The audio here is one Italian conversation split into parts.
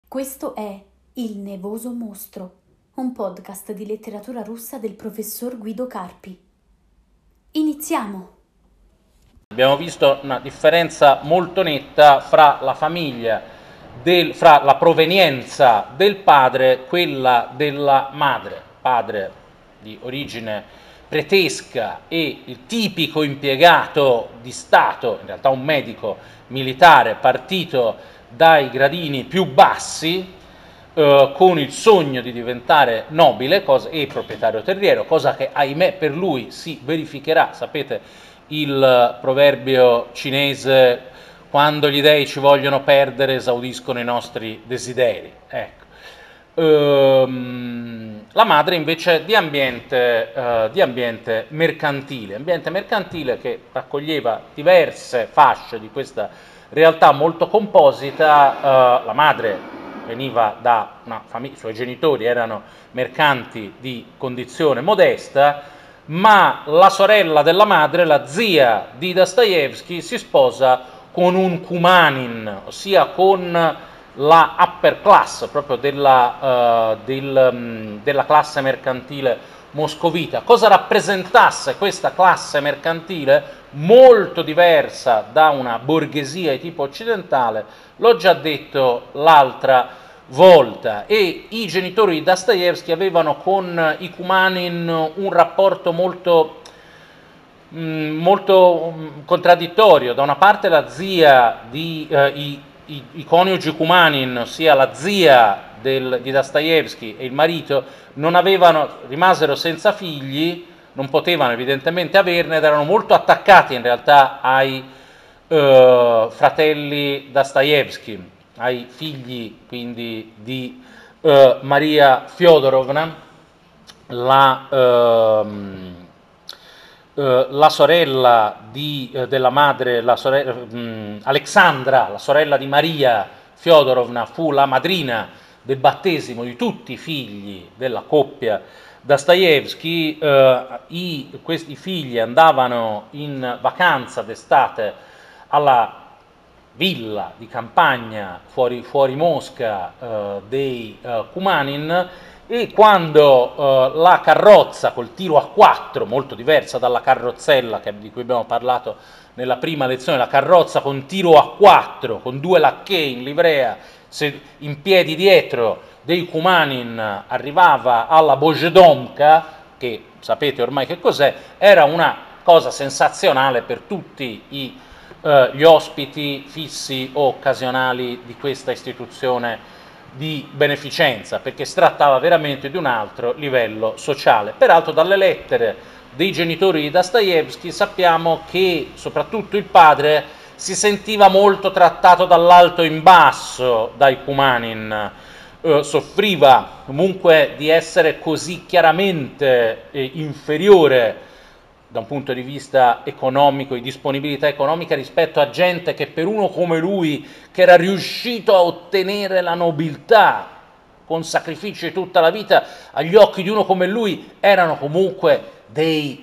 Questo è Il Nevoso Mostro, un podcast di letteratura russa del professor Guido Carpi. Iniziamo! Abbiamo visto una differenza molto netta fra la famiglia, fra la provenienza del padre, quella della madre. Padre di origine pretesca e il tipico impiegato di Stato, in realtà un medico militare partito dai gradini più bassi, con il sogno di diventare nobile e proprietario terriero, cosa che ahimè per lui si verificherà. Sapete il proverbio cinese: quando gli dei ci vogliono perdere esaudiscono i nostri desideri. Ecco. La madre invece di ambiente mercantile che raccoglieva diverse fasce di questa realtà molto composita. La madre veniva da una famiglia, i suoi genitori erano mercanti di condizione modesta, ma la sorella della madre, la zia di Dostoevskij, si sposa con un Kumanin, ossia con la upper class, proprio della classe mercantile moscovita. Cosa rappresentasse questa classe mercantile, molto diversa da una borghesia di tipo occidentale, l'ho già detto l'altra volta, e i genitori di Dostoevskij avevano con i Kumanin un rapporto molto contraddittorio. Da una parte la zia i coniugi Kumanin, ossia la zia di Dostoevskij e il marito, rimasero senza figli, non potevano evidentemente averne ed erano molto attaccati in realtà ai fratelli Dostoevskij, ai figli quindi di Maria Fyodorovna, la sorella della madre, Alexandra, la sorella di Maria Fyodorovna, fu la madrina del battesimo di tutti i figli della coppia Dostoevskij. Questi figli andavano in vacanza d'estate alla villa di campagna fuori Mosca dei Kumanin, e quando la carrozza col tiro a 4, molto diversa dalla carrozzella di cui abbiamo parlato nella prima lezione, la carrozza con tiro a 4, con 2 lacchei in livrea in piedi dietro dei Kumanin, arrivava alla Bojedomka, che sapete ormai che cos'è, era una cosa sensazionale per tutti gli ospiti fissi o occasionali di questa istituzione di beneficenza, perché si trattava veramente di un altro livello sociale. Peraltro dalle lettere dei genitori di Dostoevskij sappiamo che soprattutto il padre si sentiva molto trattato dall'alto in basso dai Kumanin, soffriva comunque di essere così chiaramente inferiore da un punto di vista economico, di disponibilità economica, rispetto a gente che per uno come lui, che era riuscito a ottenere la nobiltà con sacrifici di tutta la vita, agli occhi di uno come lui erano comunque dei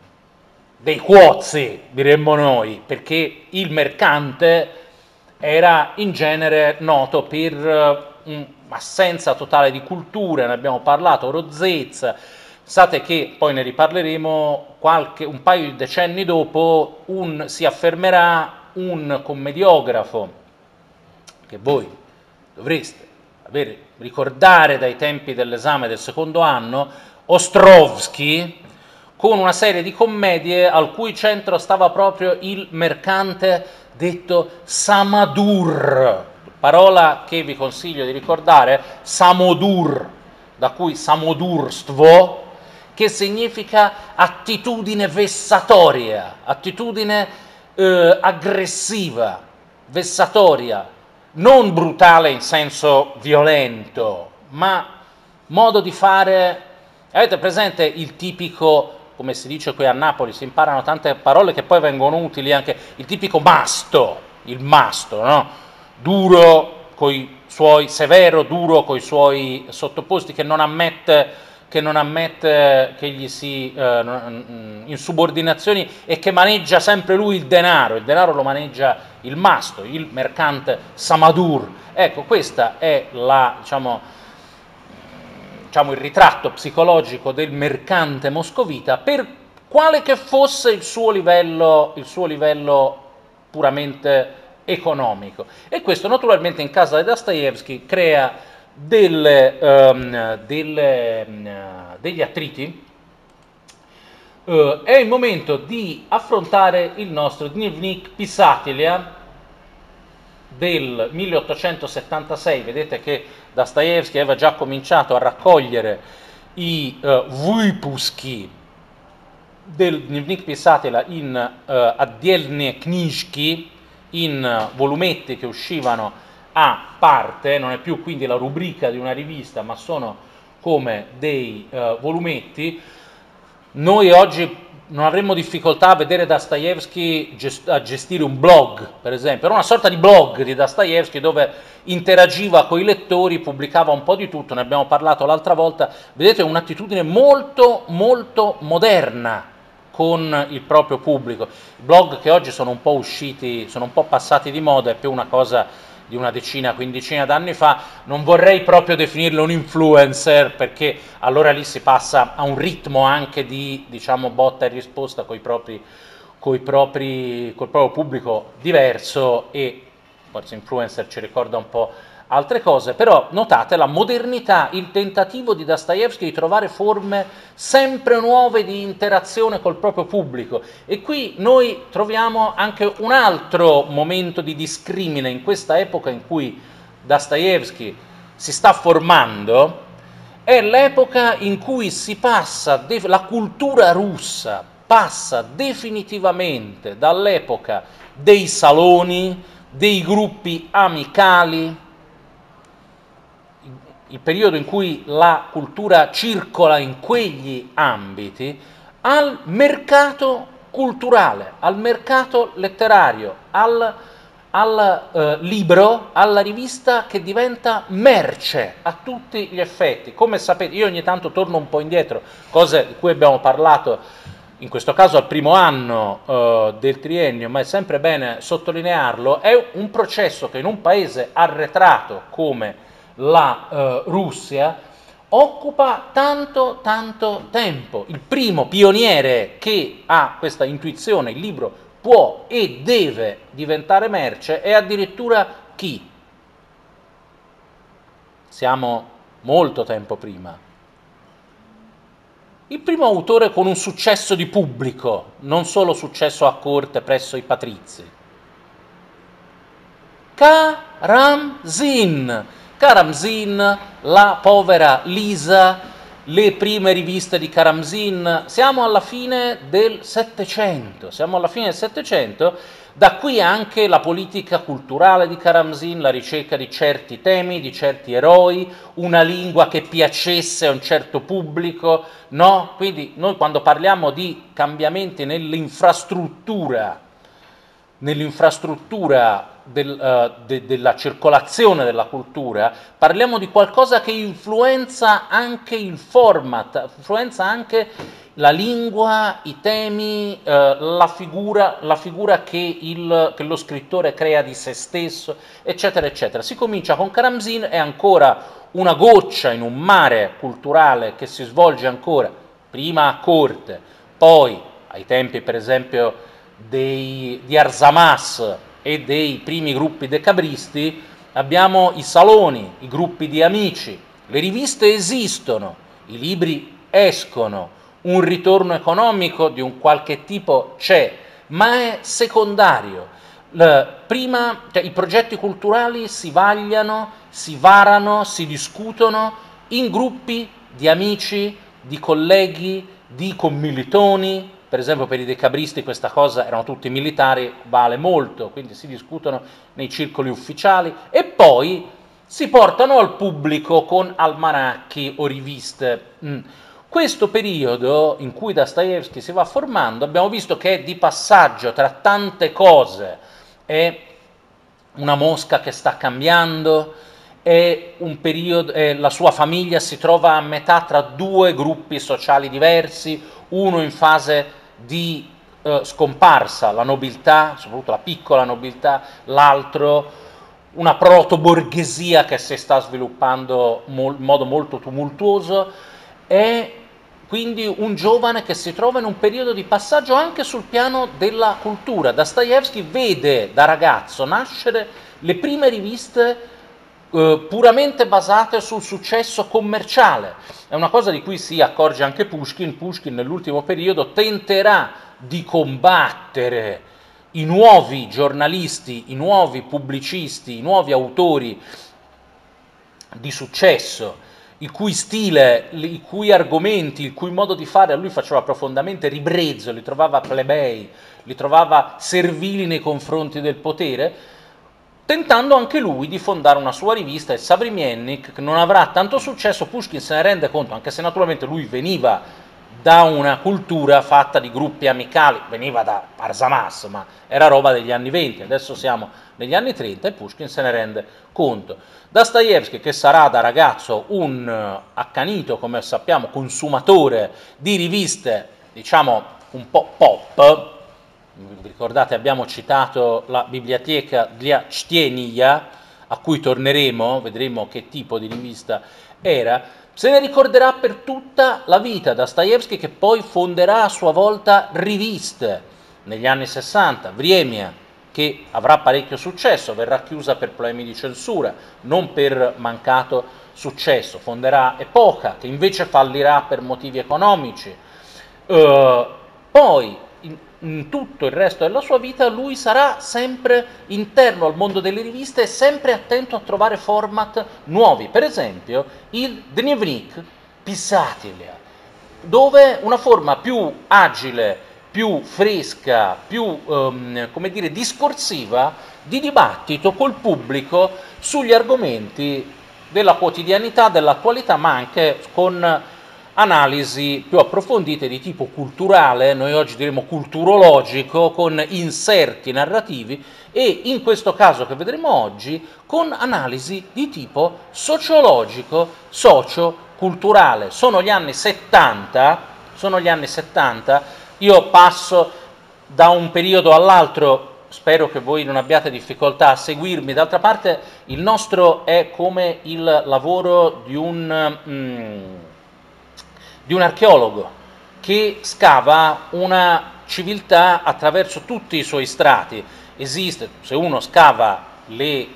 cuozzi, diremmo noi, perché il mercante era in genere noto per un'assenza totale di cultura, ne abbiamo parlato, rozzezza. Pensate che, poi ne riparleremo, un paio di decenni dopo si affermerà un commediografo che voi dovreste ricordare dai tempi dell'esame del secondo anno, Ostrovsky, con una serie di commedie al cui centro stava proprio il mercante detto Samadur, parola che vi consiglio di ricordare, Samodur, da cui samodurstvo, che significa attitudine vessatoria, attitudine aggressiva, vessatoria, non brutale in senso violento, ma modo di fare. Avete presente il tipico, come si dice qui a Napoli, si imparano tante parole che poi vengono utili anche, il tipico masto, il masto, no? Duro coi suoi, severo, duro coi suoi sottoposti, che non ammette che non ammette che gli si insubordinazioni e che maneggia sempre lui il denaro lo maneggia il masto, il mercante Samadur. Ecco, questo è diciamo, il ritratto psicologico del mercante moscovita, per quale che fosse il suo livello puramente economico. E questo naturalmente in casa di Dostoevskij crea degli attriti. È il momento di affrontare il nostro Dnevnik Pisatelя del 1876. Vedete che Dostoevskij aveva già cominciato a raccogliere i выпуски del Dnevnik Pisatelя in отдельные книжки, in volumetti che uscivano a parte, non è più quindi la rubrica di una rivista, ma sono come dei volumetti. Noi oggi non avremmo difficoltà a vedere Dostoevskij a gestire un blog, per esempio. Era una sorta di blog di Dostoevskij dove interagiva con i lettori, pubblicava un po' di tutto, ne abbiamo parlato l'altra volta. Vedete, un'attitudine molto, molto moderna con il proprio pubblico. I blog che oggi sono un po' usciti, sono un po' passati di moda, è più una cosa di una decina, quindicina d'anni fa. Non vorrei proprio definirlo un influencer, perché allora lì si passa a un ritmo anche di, diciamo, botta e risposta col proprio pubblico diverso, e forse influencer ci ricorda un po' altre cose. Però notate la modernità, il tentativo di Dostoevskij di trovare forme sempre nuove di interazione col proprio pubblico. E qui noi troviamo anche un altro momento di discrimine in questa epoca in cui Dostoevskij si sta formando. È l'epoca in cui si passa, la cultura russa passa definitivamente dall'epoca dei saloni, dei gruppi amicali, il periodo in cui la cultura circola in quegli ambiti, al mercato culturale, al mercato letterario, al libro, alla rivista che diventa merce a tutti gli effetti. Come sapete, io ogni tanto torno un po' indietro, cose di cui abbiamo parlato in questo caso al primo anno del triennio, ma è sempre bene sottolinearlo. È un processo che in un paese arretrato come la Russia occupa tanto tempo. Il primo pioniere che ha questa intuizione, il libro può e deve diventare merce, è addirittura chi? Siamo molto tempo prima. Il primo autore con un successo di pubblico, non solo successo a corte presso i patrizi. Karamzin, la povera Lisa, le prime riviste di Karamzin. Siamo alla fine del Settecento, da qui anche la politica culturale di Karamzin, la ricerca di certi temi, di certi eroi, una lingua che piacesse a un certo pubblico, no? Quindi noi quando parliamo di cambiamenti nell'infrastruttura della circolazione della cultura, parliamo di qualcosa che influenza anche il format, influenza anche la lingua, i temi, la figura che lo scrittore crea di se stesso, eccetera, eccetera. Si comincia con Karamzin, è ancora una goccia in un mare culturale che si svolge ancora, prima a corte, poi ai tempi per esempio di Arsamas e dei primi gruppi decabristi, abbiamo i saloni, i gruppi di amici, le riviste esistono, i libri escono, un ritorno economico di un qualche tipo c'è, ma è secondario. I progetti culturali si vagliano, si varano, si discutono in gruppi di amici, di colleghi, di commilitoni. Per esempio per i decabristi questa cosa, erano tutti militari, vale molto, quindi si discutono nei circoli ufficiali e poi si portano al pubblico con almanacchi o riviste. Questo periodo in cui Dostoevskij si va formando, abbiamo visto che è di passaggio tra tante cose, è una mosca che sta cambiando, è un periodo, la sua famiglia si trova a metà tra due gruppi sociali diversi, uno in fase di scomparsa, la nobiltà, soprattutto la piccola nobiltà, l'altro una proto-borghesia che si sta sviluppando in modo molto tumultuoso. È quindi un giovane che si trova in un periodo di passaggio anche sul piano della cultura. Dostoevskij vede da ragazzo nascere le prime riviste puramente basate sul successo commerciale. È una cosa di cui si accorge anche Pushkin. Pushkin nell'ultimo periodo tenterà di combattere i nuovi giornalisti, i nuovi pubblicisti, i nuovi autori di successo, il cui stile, i cui argomenti, il cui modo di fare a lui faceva profondamente ribrezzo, li trovava plebei, li trovava servili nei confronti del potere, tentando anche lui di fondare una sua rivista, il Savremennik, che non avrà tanto successo. Pushkin se ne rende conto, anche se naturalmente lui veniva da una cultura fatta di gruppi amicali, veniva da Arzamas, ma era roba degli anni 20, adesso siamo negli anni 30 e Pushkin se ne rende conto. Dostoevskij, che sarà da ragazzo un accanito, come sappiamo, consumatore di riviste, diciamo un po' pop, vi ricordate abbiamo citato la Biblioteca для чтения, a cui torneremo, vedremo che tipo di rivista era. Se ne ricorderà per tutta la vita. Dostoevskij, che poi fonderà a sua volta riviste negli anni 60, Vremya, che avrà parecchio successo, verrà chiusa per problemi di censura, non per mancato successo, fonderà Epoca, che invece fallirà per motivi economici. Poi in tutto il resto della sua vita lui sarà sempre interno al mondo delle riviste e sempre attento a trovare format nuovi, per esempio il Dnevnik Pisatelя, dove una forma più agile, più fresca, più come dire, discorsiva di dibattito col pubblico sugli argomenti della quotidianità, dell'attualità, ma anche con analisi più approfondite di tipo culturale, noi oggi diremo culturologico, con inserti narrativi, e in questo caso che vedremo oggi con analisi di tipo sociologico, socioculturale. Sono gli anni 70, io passo da un periodo all'altro, spero che voi non abbiate difficoltà a seguirmi. D'altra parte il nostro è come il lavoro di un archeologo che scava una civiltà attraverso tutti i suoi strati. Esiste, se uno scava le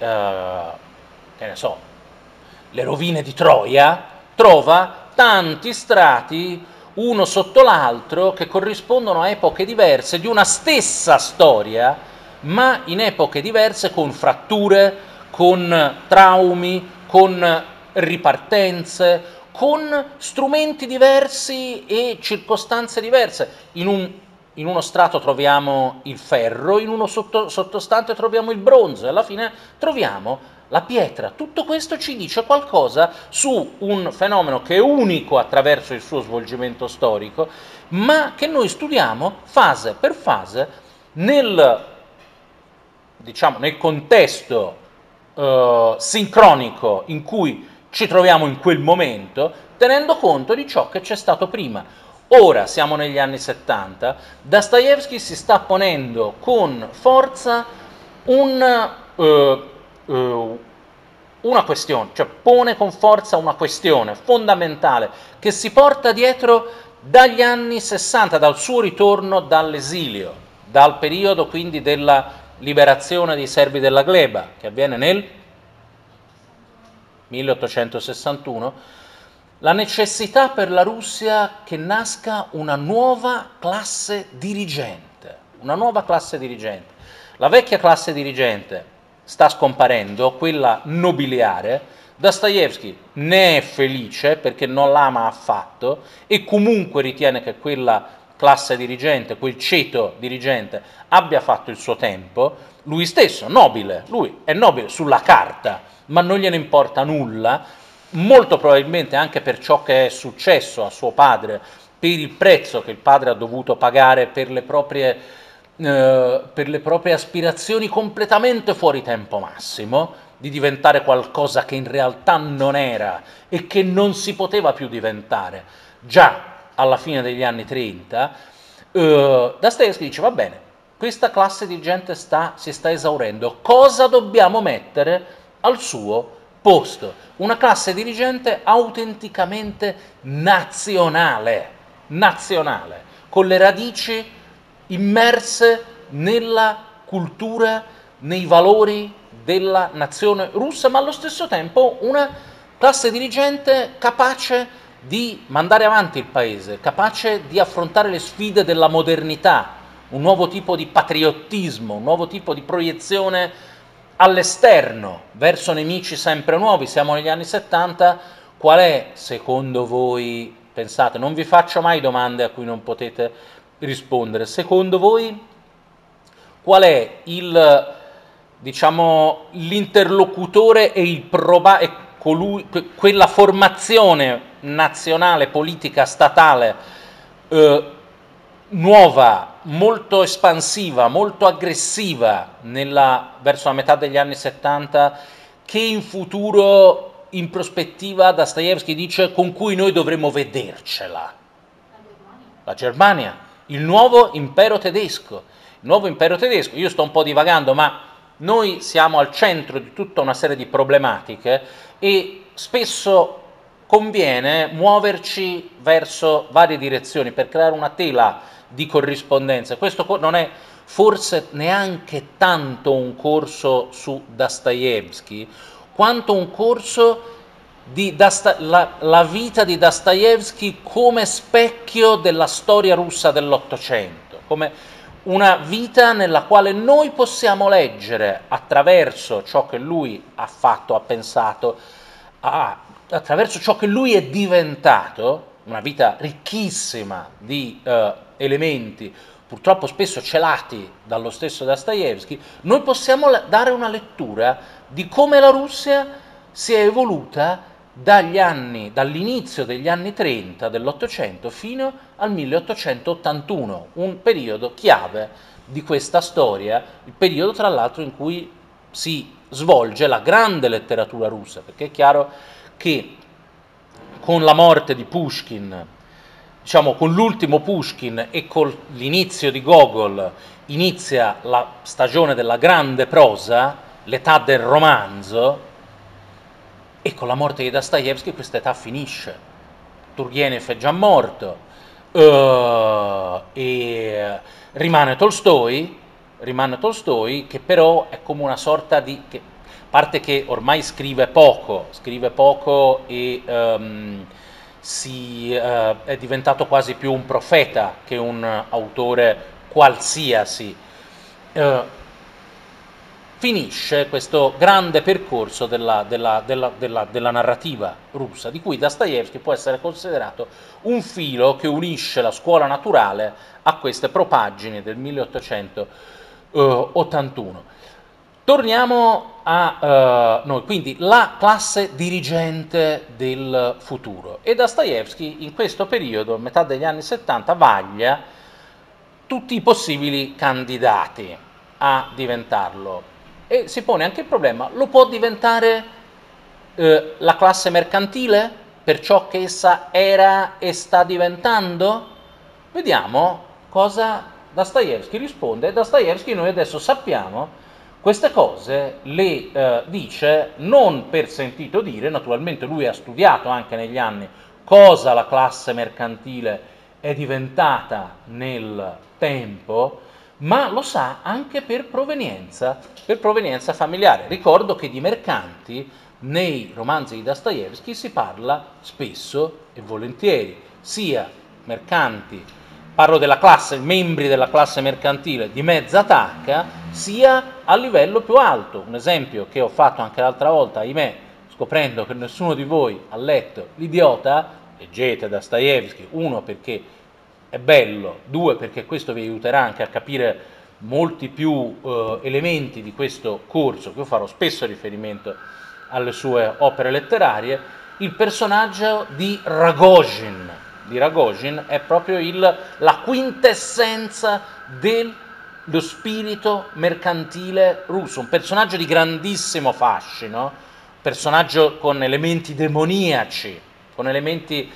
rovine di Troia, trova tanti strati uno sotto l'altro che corrispondono a epoche diverse di una stessa storia, ma in epoche diverse, con fratture, con traumi, con ripartenze, con strumenti diversi e circostanze diverse. In uno strato troviamo il ferro, in uno sottostante troviamo il bronzo e alla fine troviamo la pietra. Tutto questo ci dice qualcosa su un fenomeno che è unico attraverso il suo svolgimento storico, ma che noi studiamo fase per fase nel contesto sincronico in cui ci troviamo in quel momento, tenendo conto di ciò che c'è stato prima. Ora siamo negli anni 70, Dostoevskij si sta ponendo con forza una questione, cioè pone con forza una questione fondamentale che si porta dietro dagli anni 60, dal suo ritorno dall'esilio, dal periodo quindi della liberazione dei serbi della gleba, che avviene nel 1861, la necessità per la Russia che nasca una nuova classe dirigente, una nuova classe dirigente. La vecchia classe dirigente sta scomparendo, quella nobiliare. Dostoevskij ne è felice perché non l'ama affatto e comunque ritiene che quella classe dirigente, quel ceto dirigente abbia fatto il suo tempo. Lui stesso, nobile, lui è nobile sulla carta, ma non gliene importa nulla, molto probabilmente anche per ciò che è successo a suo padre, per il prezzo che il padre ha dovuto pagare per le proprie aspirazioni completamente fuori tempo massimo. di diventare qualcosa che in realtà non era e che non si poteva più diventare già alla fine degli anni 30, Dostoevskij dice va bene, questa classe dirigente si sta esaurendo, cosa dobbiamo mettere al suo posto? Una classe dirigente autenticamente nazionale, con le radici immerse nella cultura, nei valori della nazione russa, ma allo stesso tempo una classe dirigente capace di mandare avanti il paese, capace di affrontare le sfide della modernità, un nuovo tipo di patriottismo, un nuovo tipo di proiezione all'esterno, verso nemici sempre nuovi. Siamo negli anni 70, qual è secondo voi, pensate, non vi faccio mai domande a cui non potete rispondere, secondo voi qual è l'interlocutore e quella formazione nazionale, politica, statale nuova, molto espansiva, molto aggressiva verso la metà degli anni 70, che in futuro, in prospettiva, Dostoevskij dice con cui noi dovremmo vedercela? La Germania, il nuovo impero tedesco. Il nuovo impero tedesco, io sto un po' divagando, ma noi siamo al centro di tutta una serie di problematiche e spesso conviene muoverci verso varie direzioni per creare una tela di corrispondenza. Questo non è forse neanche tanto un corso su Dostoevskij, quanto un corso di la vita di Dostoevskij come specchio della storia russa dell'Ottocento, come una vita nella quale noi possiamo leggere attraverso ciò che lui ha fatto, ha pensato, attraverso ciò che lui è diventato, una vita ricchissima di elementi, purtroppo spesso celati dallo stesso Dostoevskij, noi possiamo dare una lettura di come la Russia si è evoluta dall'inizio degli anni 30 dell'Ottocento fino al 1881, un periodo chiave di questa storia, il periodo tra l'altro in cui si svolge la grande letteratura russa, perché è chiaro che con la morte di Pushkin, diciamo con l'ultimo Pushkin e con l'inizio di Gogol, inizia la stagione della grande prosa, l'età del romanzo, e con la morte di Dostoevskij questa età finisce. Turgenev è già morto, e rimane Tolstoi, che però è come una sorta di... a parte che ormai scrive poco e è diventato quasi più un profeta che un autore qualsiasi. Finisce questo grande percorso della narrativa russa, di cui Dostoevskij può essere considerato un filo che unisce la scuola naturale a queste propaggini del 1881. Torniamo a noi, quindi la classe dirigente del futuro. E Dostoevskij in questo periodo, a metà degli anni 70, vaglia tutti i possibili candidati a diventarlo. E si pone anche il problema, lo può diventare la classe mercantile per ciò che essa era e sta diventando? Vediamo cosa Dostoevskij risponde. Dostoevskij, noi adesso sappiamo, queste cose le dice non per sentito dire, naturalmente lui ha studiato anche negli anni cosa la classe mercantile è diventata nel tempo, ma lo sa anche per provenienza familiare. Ricordo che di mercanti nei romanzi di Dostoevskij si parla spesso e volentieri, sia mercanti, parlo della classe, membri della classe mercantile di mezza tacca, sia a livello più alto. Un esempio che ho fatto anche l'altra volta, ahimè, scoprendo che nessuno di voi ha letto L'Idiota, leggete Dostoevskij, uno perché è bello, due perché questo vi aiuterà anche a capire molti più elementi di questo corso, che io farò spesso riferimento alle sue opere letterarie. Il personaggio di Ragozin è proprio la quintessenza del lo spirito mercantile russo, un personaggio di grandissimo fascino, personaggio con elementi demoniaci, con elementi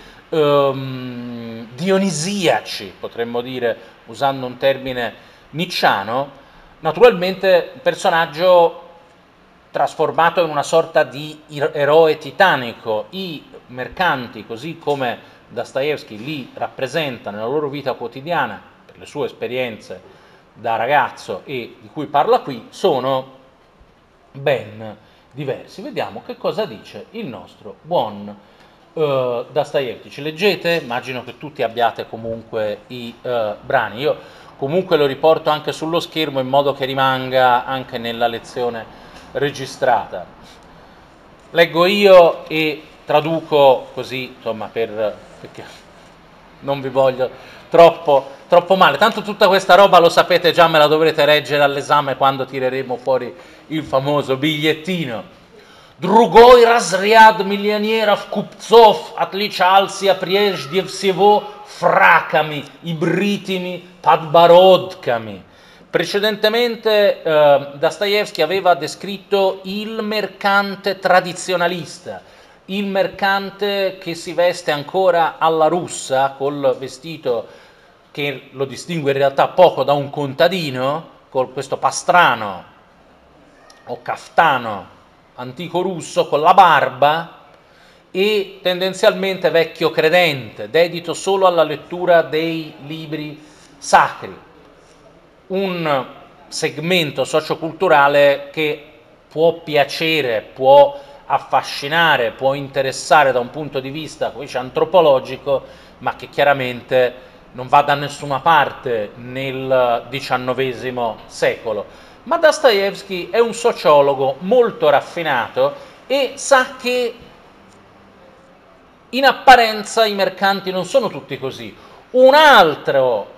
dionisiaci, potremmo dire, usando un termine nicciano, naturalmente un personaggio trasformato in una sorta di eroe titanico. I mercanti, così come Dostoevskij li rappresenta nella loro vita quotidiana, per le sue esperienze da ragazzo e di cui parla qui, sono ben diversi. Vediamo che cosa dice il nostro buon Dostoevskij. Ci leggete? Immagino che tutti abbiate comunque i brani. Io comunque lo riporto anche sullo schermo in modo che rimanga anche nella lezione registrata. Leggo io e traduco così, insomma, perché non vi voglio troppo male. Tanto tutta questa roba lo sapete già, me la dovrete leggere all'esame quando tireremo fuori il famoso bigliettino. Другой разряд миллионеров, купцов отличался прежде всего фраками и бритыми подбородками. Precedentemente Dostoevskij aveva descritto il mercante tradizionalista, il mercante che si veste ancora alla russa, col vestito che lo distingue in realtà poco da un contadino, con questo pastrano o caftano antico russo, con la barba, e tendenzialmente vecchio credente, dedito solo alla lettura dei libri sacri. Un segmento socioculturale che può piacere, può affascinare, può interessare da un punto di vista antropologico, ma che chiaramente non va da nessuna parte nel XIX secolo. Ma Dostoevskij è un sociologo molto raffinato e sa che in apparenza i mercanti non sono tutti così. Un'altra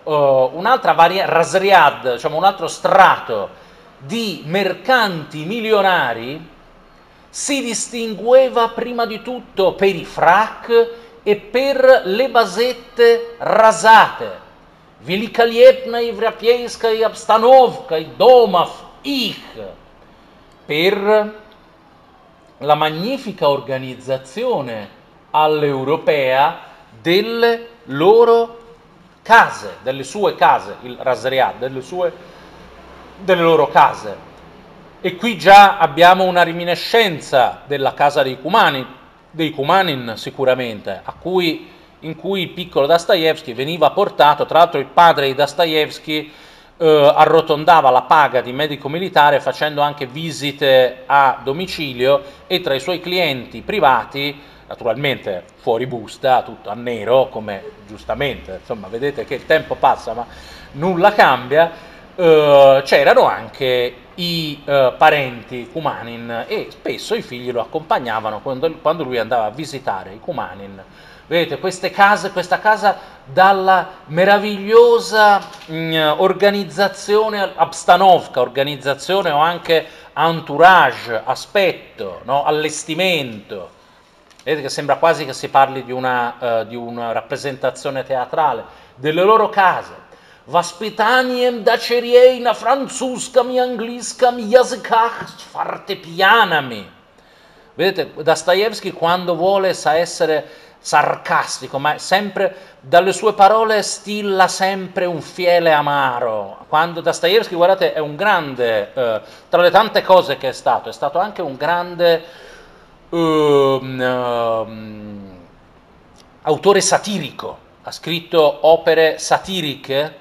razriad, diciamo un altro strato di mercanti milionari si distingueva prima di tutto per i frac e per le basette rasate. Великолепной европейской обстановкой домов их, per la magnifica organizzazione all'europea delle loro case, delle sue case, il razriad, delle loro case. E qui già abbiamo una reminiscenza della casa dei Kumanin sicuramente, in cui il piccolo Dostoevskij veniva portato. Tra l'altro il padre di Dostoevskij arrotondava la paga di medico militare facendo anche visite a domicilio, e tra i suoi clienti privati, naturalmente fuori busta, tutto a nero, come giustamente, insomma, vedete che il tempo passa ma nulla cambia, c'erano anche i parenti Kumanin, e spesso i figli lo accompagnavano quando lui andava a visitare i Kumanin. Vedete questa casa dalla meravigliosa organizzazione, obstanovka, organizzazione o anche entourage, aspetto, no? Allestimento. Vedete che sembra quasi che si parli di una rappresentazione teatrale delle loro case. Воспитанием дочерей на французском и английском языках с фортепианами. Vedete, Dostoevskij quando vuole sa essere sarcastico, ma sempre dalle sue parole stilla sempre un fiele amaro. Quando Dostoevskij, guardate, è un grande, tra le tante cose che è stato anche un grande autore satirico. Ha scritto opere satiriche,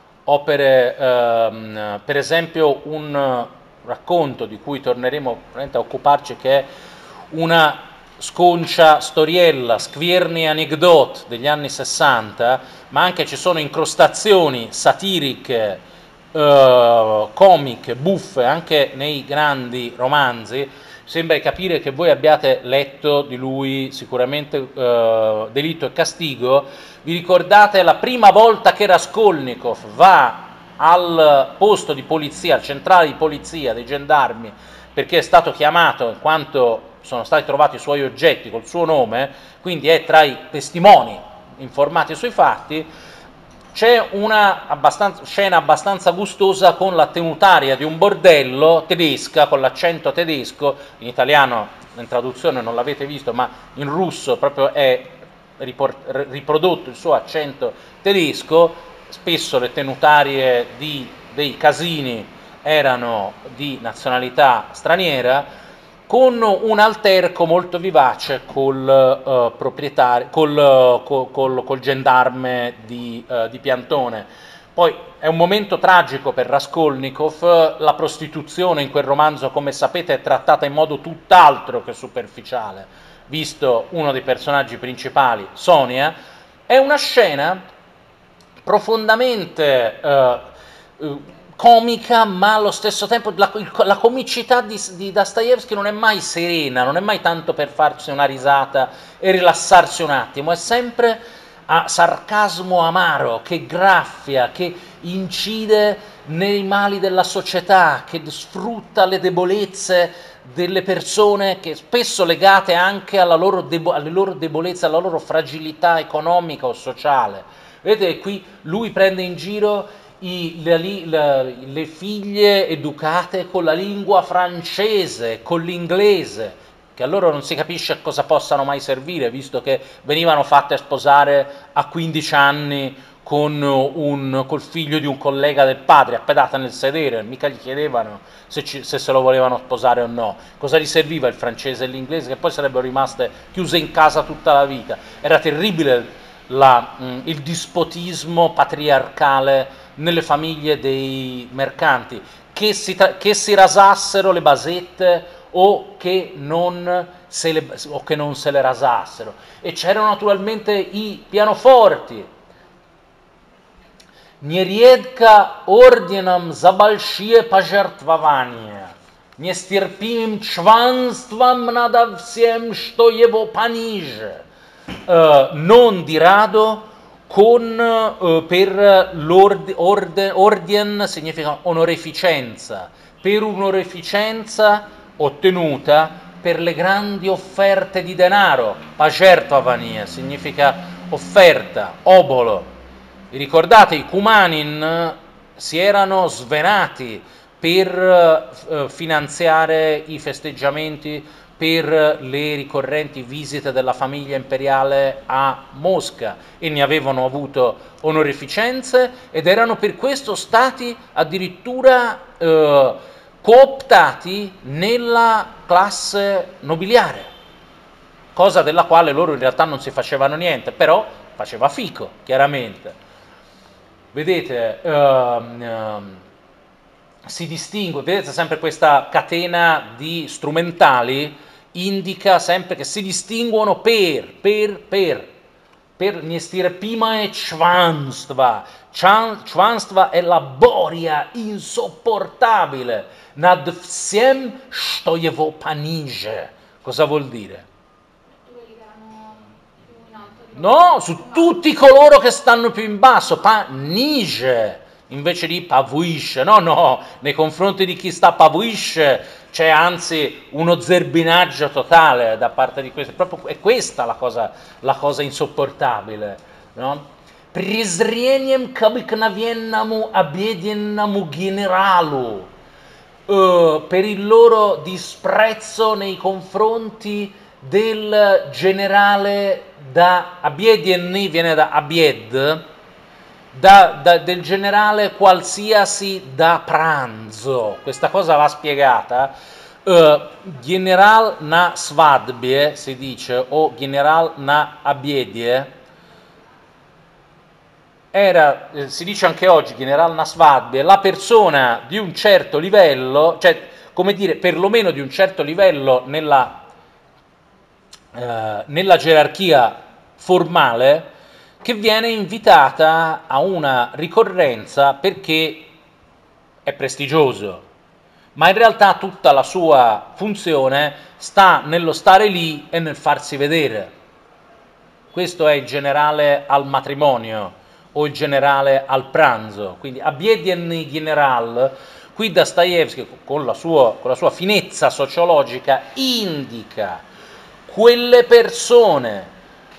per esempio un racconto di cui torneremo a occuparci, che è una sconcia storiella, Squirni Anecdote degli anni 60, ma anche ci sono incrostazioni satiriche, comiche, buffe, anche nei grandi romanzi. Sembra di capire che voi abbiate letto di lui sicuramente Delitto e Castigo. Vi ricordate la prima volta che Raskolnikov va al posto di polizia, al centrale di polizia dei gendarmi, perché è stato chiamato in quanto sono stati trovati i suoi oggetti col suo nome, quindi è tra i testimoni informati sui fatti. c'è una scena abbastanza gustosa con la tenutaria di un bordello tedesca, con l'accento tedesco, in italiano in traduzione non l'avete visto, ma in russo proprio è riprodotto il suo accento tedesco. Spesso le tenutarie dei casini erano di nazionalità straniera, con un alterco molto vivace col proprietario, col gendarme di Piantone. Poi è un momento tragico per Raskolnikov, la prostituzione in quel romanzo, come sapete, è trattata in modo tutt'altro che superficiale, visto uno dei personaggi principali, Sonia. È una scena profondamente comica, ma allo stesso tempo la comicità di Dostoevsky non è mai serena, non è mai tanto per farsi una risata e rilassarsi un attimo, è sempre a sarcasmo amaro che graffia, che incide nei mali della società, che sfrutta le debolezze delle persone, che spesso legate anche alle loro debolezze, alla loro fragilità economica o sociale. Vedete, qui lui prende in giro le figlie educate con la lingua francese, con l'inglese, che a loro non si capisce a cosa possano mai servire, visto che venivano fatte sposare a 15 anni col figlio di un collega del padre, appedata nel sedere, mica gli chiedevano se lo volevano sposare o no. Cosa gli serviva il francese e l'inglese, che poi sarebbero rimaste chiuse in casa tutta la vita. Era terribile il dispotismo patriarcale nelle famiglie dei mercanti, che si rasassero le basette o che non se le rasassero. E c'erano naturalmente i pianoforti. Neriedka ordinam za большие пожертвования, нестерпимым чванством над всем, что его пониже. Non di rado per l'ordien significa onoreficenza, per un'onoreficenza ottenuta per le grandi offerte di denaro, pažertvovanie significa offerta, obolo. Vi ricordate, i Kumanin si erano svenati per finanziare i festeggiamenti per le ricorrenti visite della famiglia imperiale a Mosca e ne avevano avuto onoreficenze ed erano per questo stati addirittura cooptati nella classe nobiliare, cosa della quale loro in realtà non si facevano niente, però faceva fico, chiaramente. Vedete, si distingue, vedete sempre questa catena di strumentali, indica sempre che si distinguono per nestirpimae čvanstva. Čvanstva è la boria insopportabile nad всем, что его пониже. Cosa vuol dire? No, su tutti coloro che stanno più in basso, paniže, invece di pavuisce, no, nei confronti di chi sta pavuisce c'è anzi uno zerbinaggio totale da parte di questo, proprio è questa la cosa insopportabile, no? Презрением к обыкновенному обеденному генералу, per il loro disprezzo nei confronti del generale da Abiedienni, viene da Abied, del generale qualsiasi da pranzo. Questa cosa va spiegata. General na svadbie si dice, o general na abiedie, si dice anche oggi general na svadbie, la persona di un certo livello, cioè come dire perlomeno di un certo livello nella gerarchia formale, che viene invitata a una ricorrenza perché è prestigioso, ma in realtà tutta la sua funzione sta nello stare lì e nel farsi vedere. Questo è il generale al matrimonio o il generale al pranzo, quindi Abiedienny general. Qui Dostoevsky, con la sua finezza sociologica, indica quelle persone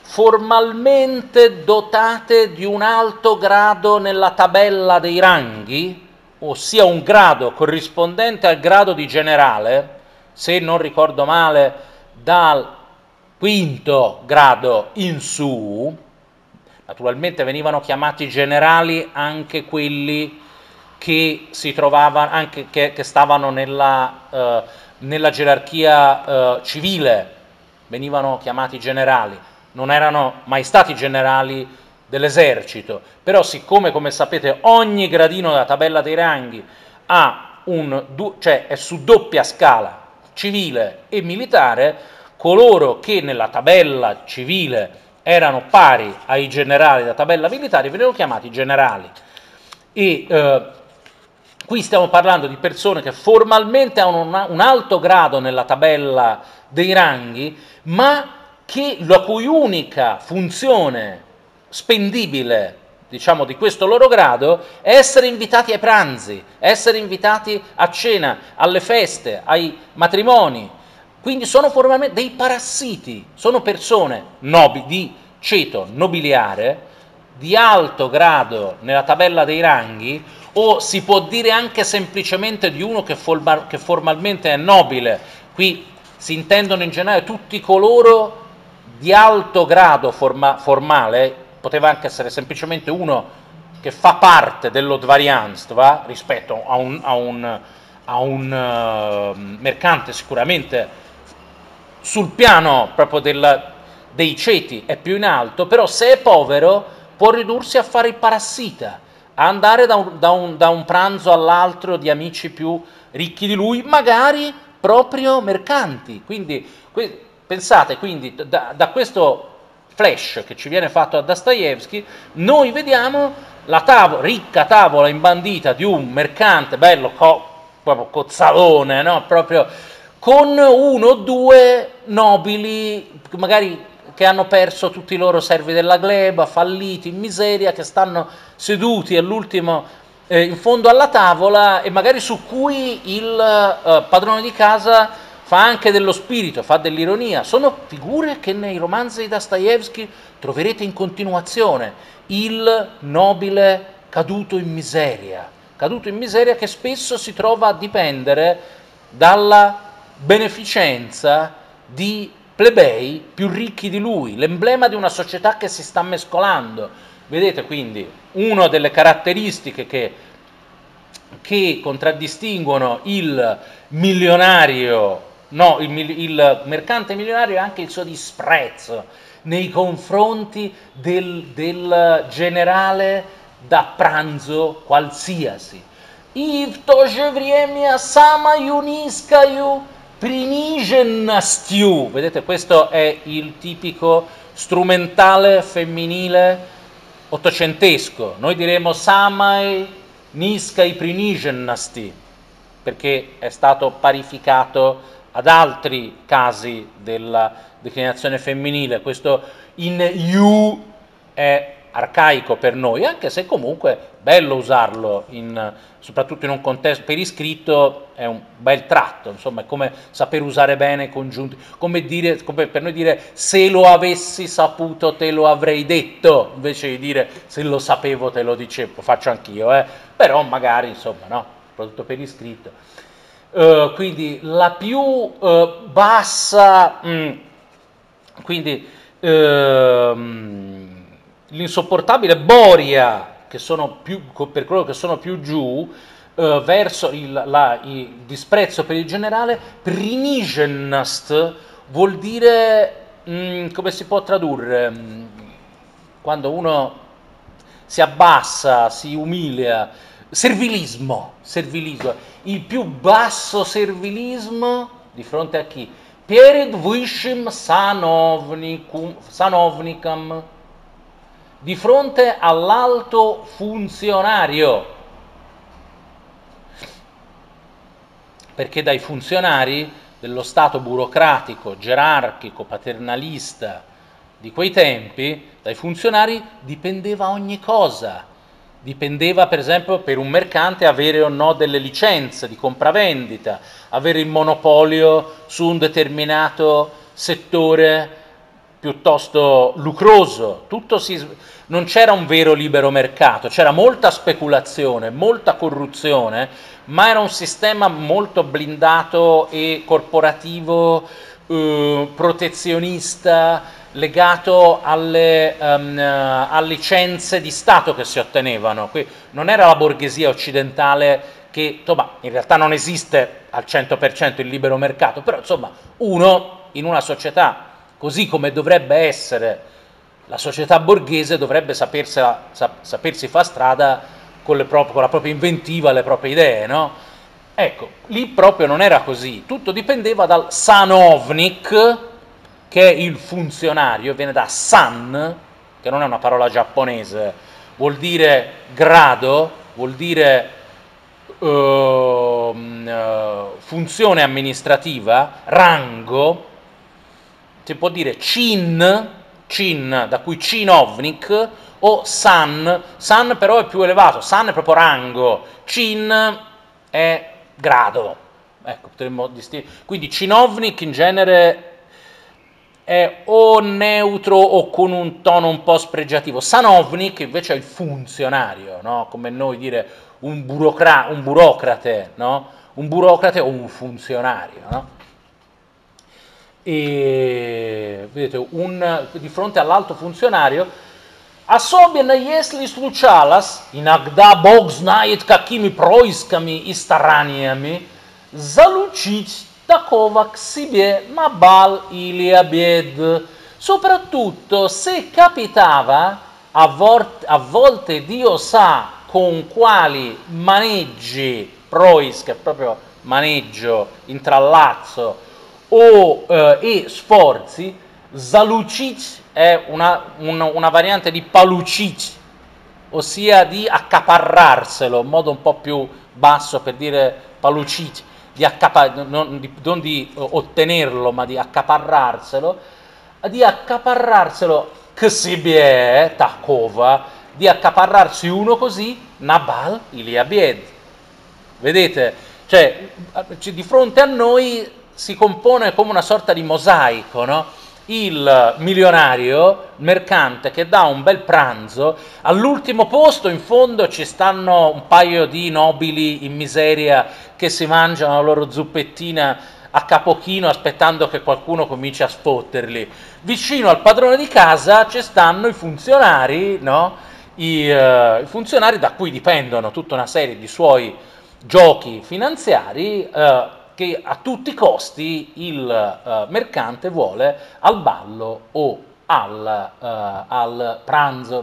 formalmente dotate di un alto grado nella tabella dei ranghi, ossia un grado corrispondente al grado di generale, se non ricordo male dal quinto grado in su. Naturalmente venivano chiamati generali anche quelli che si trovavano, anche che stavano nella gerarchia civile, venivano chiamati generali, non erano mai stati generali dell'esercito, però siccome, come sapete, ogni gradino della tabella dei ranghi cioè è su doppia scala, civile e militare, coloro che nella tabella civile erano pari ai generali della tabella militare venivano chiamati generali. E qui stiamo parlando di persone che formalmente hanno un alto grado nella tabella dei ranghi, ma la cui unica funzione spendibile, diciamo, di questo loro grado è essere invitati ai pranzi, essere invitati a cena, alle feste, ai matrimoni. Quindi sono formalmente dei parassiti, sono persone di ceto nobiliare, di alto grado nella tabella dei ranghi, o si può dire anche semplicemente di uno che formalmente è nobile. Qui si intendono in generale tutti coloro di alto grado formale, poteva anche essere semplicemente uno che fa parte dello dvarianstva rispetto a un mercante sicuramente sul piano proprio dei ceti è più in alto, però se è povero può ridursi a fare il parassita, a andare da un pranzo all'altro di amici più ricchi di lui, magari proprio mercanti. Quindi pensate, quindi da questo flash che ci viene fatto a Dostoevsky, noi vediamo la ricca tavola imbandita di un mercante bello proprio cozzalone, no? Proprio con uno o due nobili, magari che hanno perso tutti i loro servi della gleba, falliti, in miseria, che stanno seduti all'ultimo in fondo alla tavola, e magari su cui il padrone di casa fa anche dello spirito, fa dell'ironia. Sono figure che nei romanzi di Dostoevsky troverete in continuazione. Il nobile caduto in miseria che spesso si trova a dipendere dalla beneficenza di plebei più ricchi di lui, l'emblema di una società che si sta mescolando. Vedete quindi una delle caratteristiche che contraddistinguono il milionario, il mercante milionario, è anche il suo disprezzo nei confronti del generale da pranzo qualsiasi. «И в то же время самую низкую приниженностью». Vedete, questo è il tipico strumentale femminile ottocentesco. Noi diremo «самой низкой приниженности», perché è stato parificato ad altri casi della declinazione femminile. Questo in you è arcaico per noi, anche se comunque è bello usarlo, soprattutto in un contesto per iscritto, è un bel tratto, insomma, è come saper usare bene i congiunti, come per noi dire «se lo avessi saputo te lo avrei detto», invece di dire «se lo sapevo te lo dicevo», faccio anch'io, però magari, insomma, no, soprattutto per iscritto. Quindi la più bassa, quindi l'insopportabile boria, che sono per coloro che sono più giù, verso il disprezzo per il generale. Prinižennost vuol dire, come si può tradurre, quando uno si abbassa, si umilia, servilismo, il più basso servilismo di fronte a chi? Перед высшим сановником, di fronte all'alto funzionario, perché dai funzionari dello Stato burocratico, gerarchico, paternalista di quei tempi, dai funzionari dipendeva ogni cosa. Dipendeva, per esempio, per un mercante avere o no delle licenze di compravendita, avere il monopolio su un determinato settore piuttosto lucroso, non c'era un vero libero mercato, c'era molta speculazione, molta corruzione, ma era un sistema molto blindato e corporativo, protezionista, legato alle licenze di Stato che si ottenevano. Non era la borghesia occidentale che, insomma, in realtà non esiste al 100% il libero mercato, però insomma uno in una società così come dovrebbe essere la società borghese dovrebbe sapersi fare strada con la propria inventiva, le proprie idee, no? Ecco, lì proprio non era così, tutto dipendeva dal sanovnik, che è il funzionario, viene da san, che non è una parola giapponese, vuol dire grado, vuol dire funzione amministrativa, rango, si può dire chin, da cui chinovnik, o san però è più elevato, san è proprio rango, chin è grado, ecco, potremmo distinguere. Quindi chinovnik in genere è o neutro o con un tono un po' spregiativo, sanovnik invece è il funzionario, no? Come noi dire un burocrate, no? Un burocrate o un funzionario, no? E vedete, di fronte all'alto funzionario, особенно если случалось, иногда Бог знает какими происками и стараниями, залучить такого к себе на бал или обед, soprattutto se capitava, a volte Dio sa con quali maneggi, prois, che è proprio maneggio, intrallazzo, e sforzi. Zalucic è una variante di palucic, ossia di accaparrarselo, un modo un po' più basso per dire palucic, non di ottenerlo, ma di accaparrarselo che si bie, Takova, di accaparrarsi uno così, Nabal Iliabied. Vedete? Cioè, di fronte a noi si compone come una sorta di mosaico, no? Il milionario, mercante, che dà un bel pranzo, all'ultimo posto in fondo ci stanno un paio di nobili in miseria che si mangiano la loro zuppettina a capochino aspettando che qualcuno cominci a sfotterli. Vicino al padrone di casa ci stanno i funzionari, no? I funzionari da cui dipendono tutta una serie di suoi giochi finanziari, che a tutti i costi il mercante vuole al ballo o al pranzo.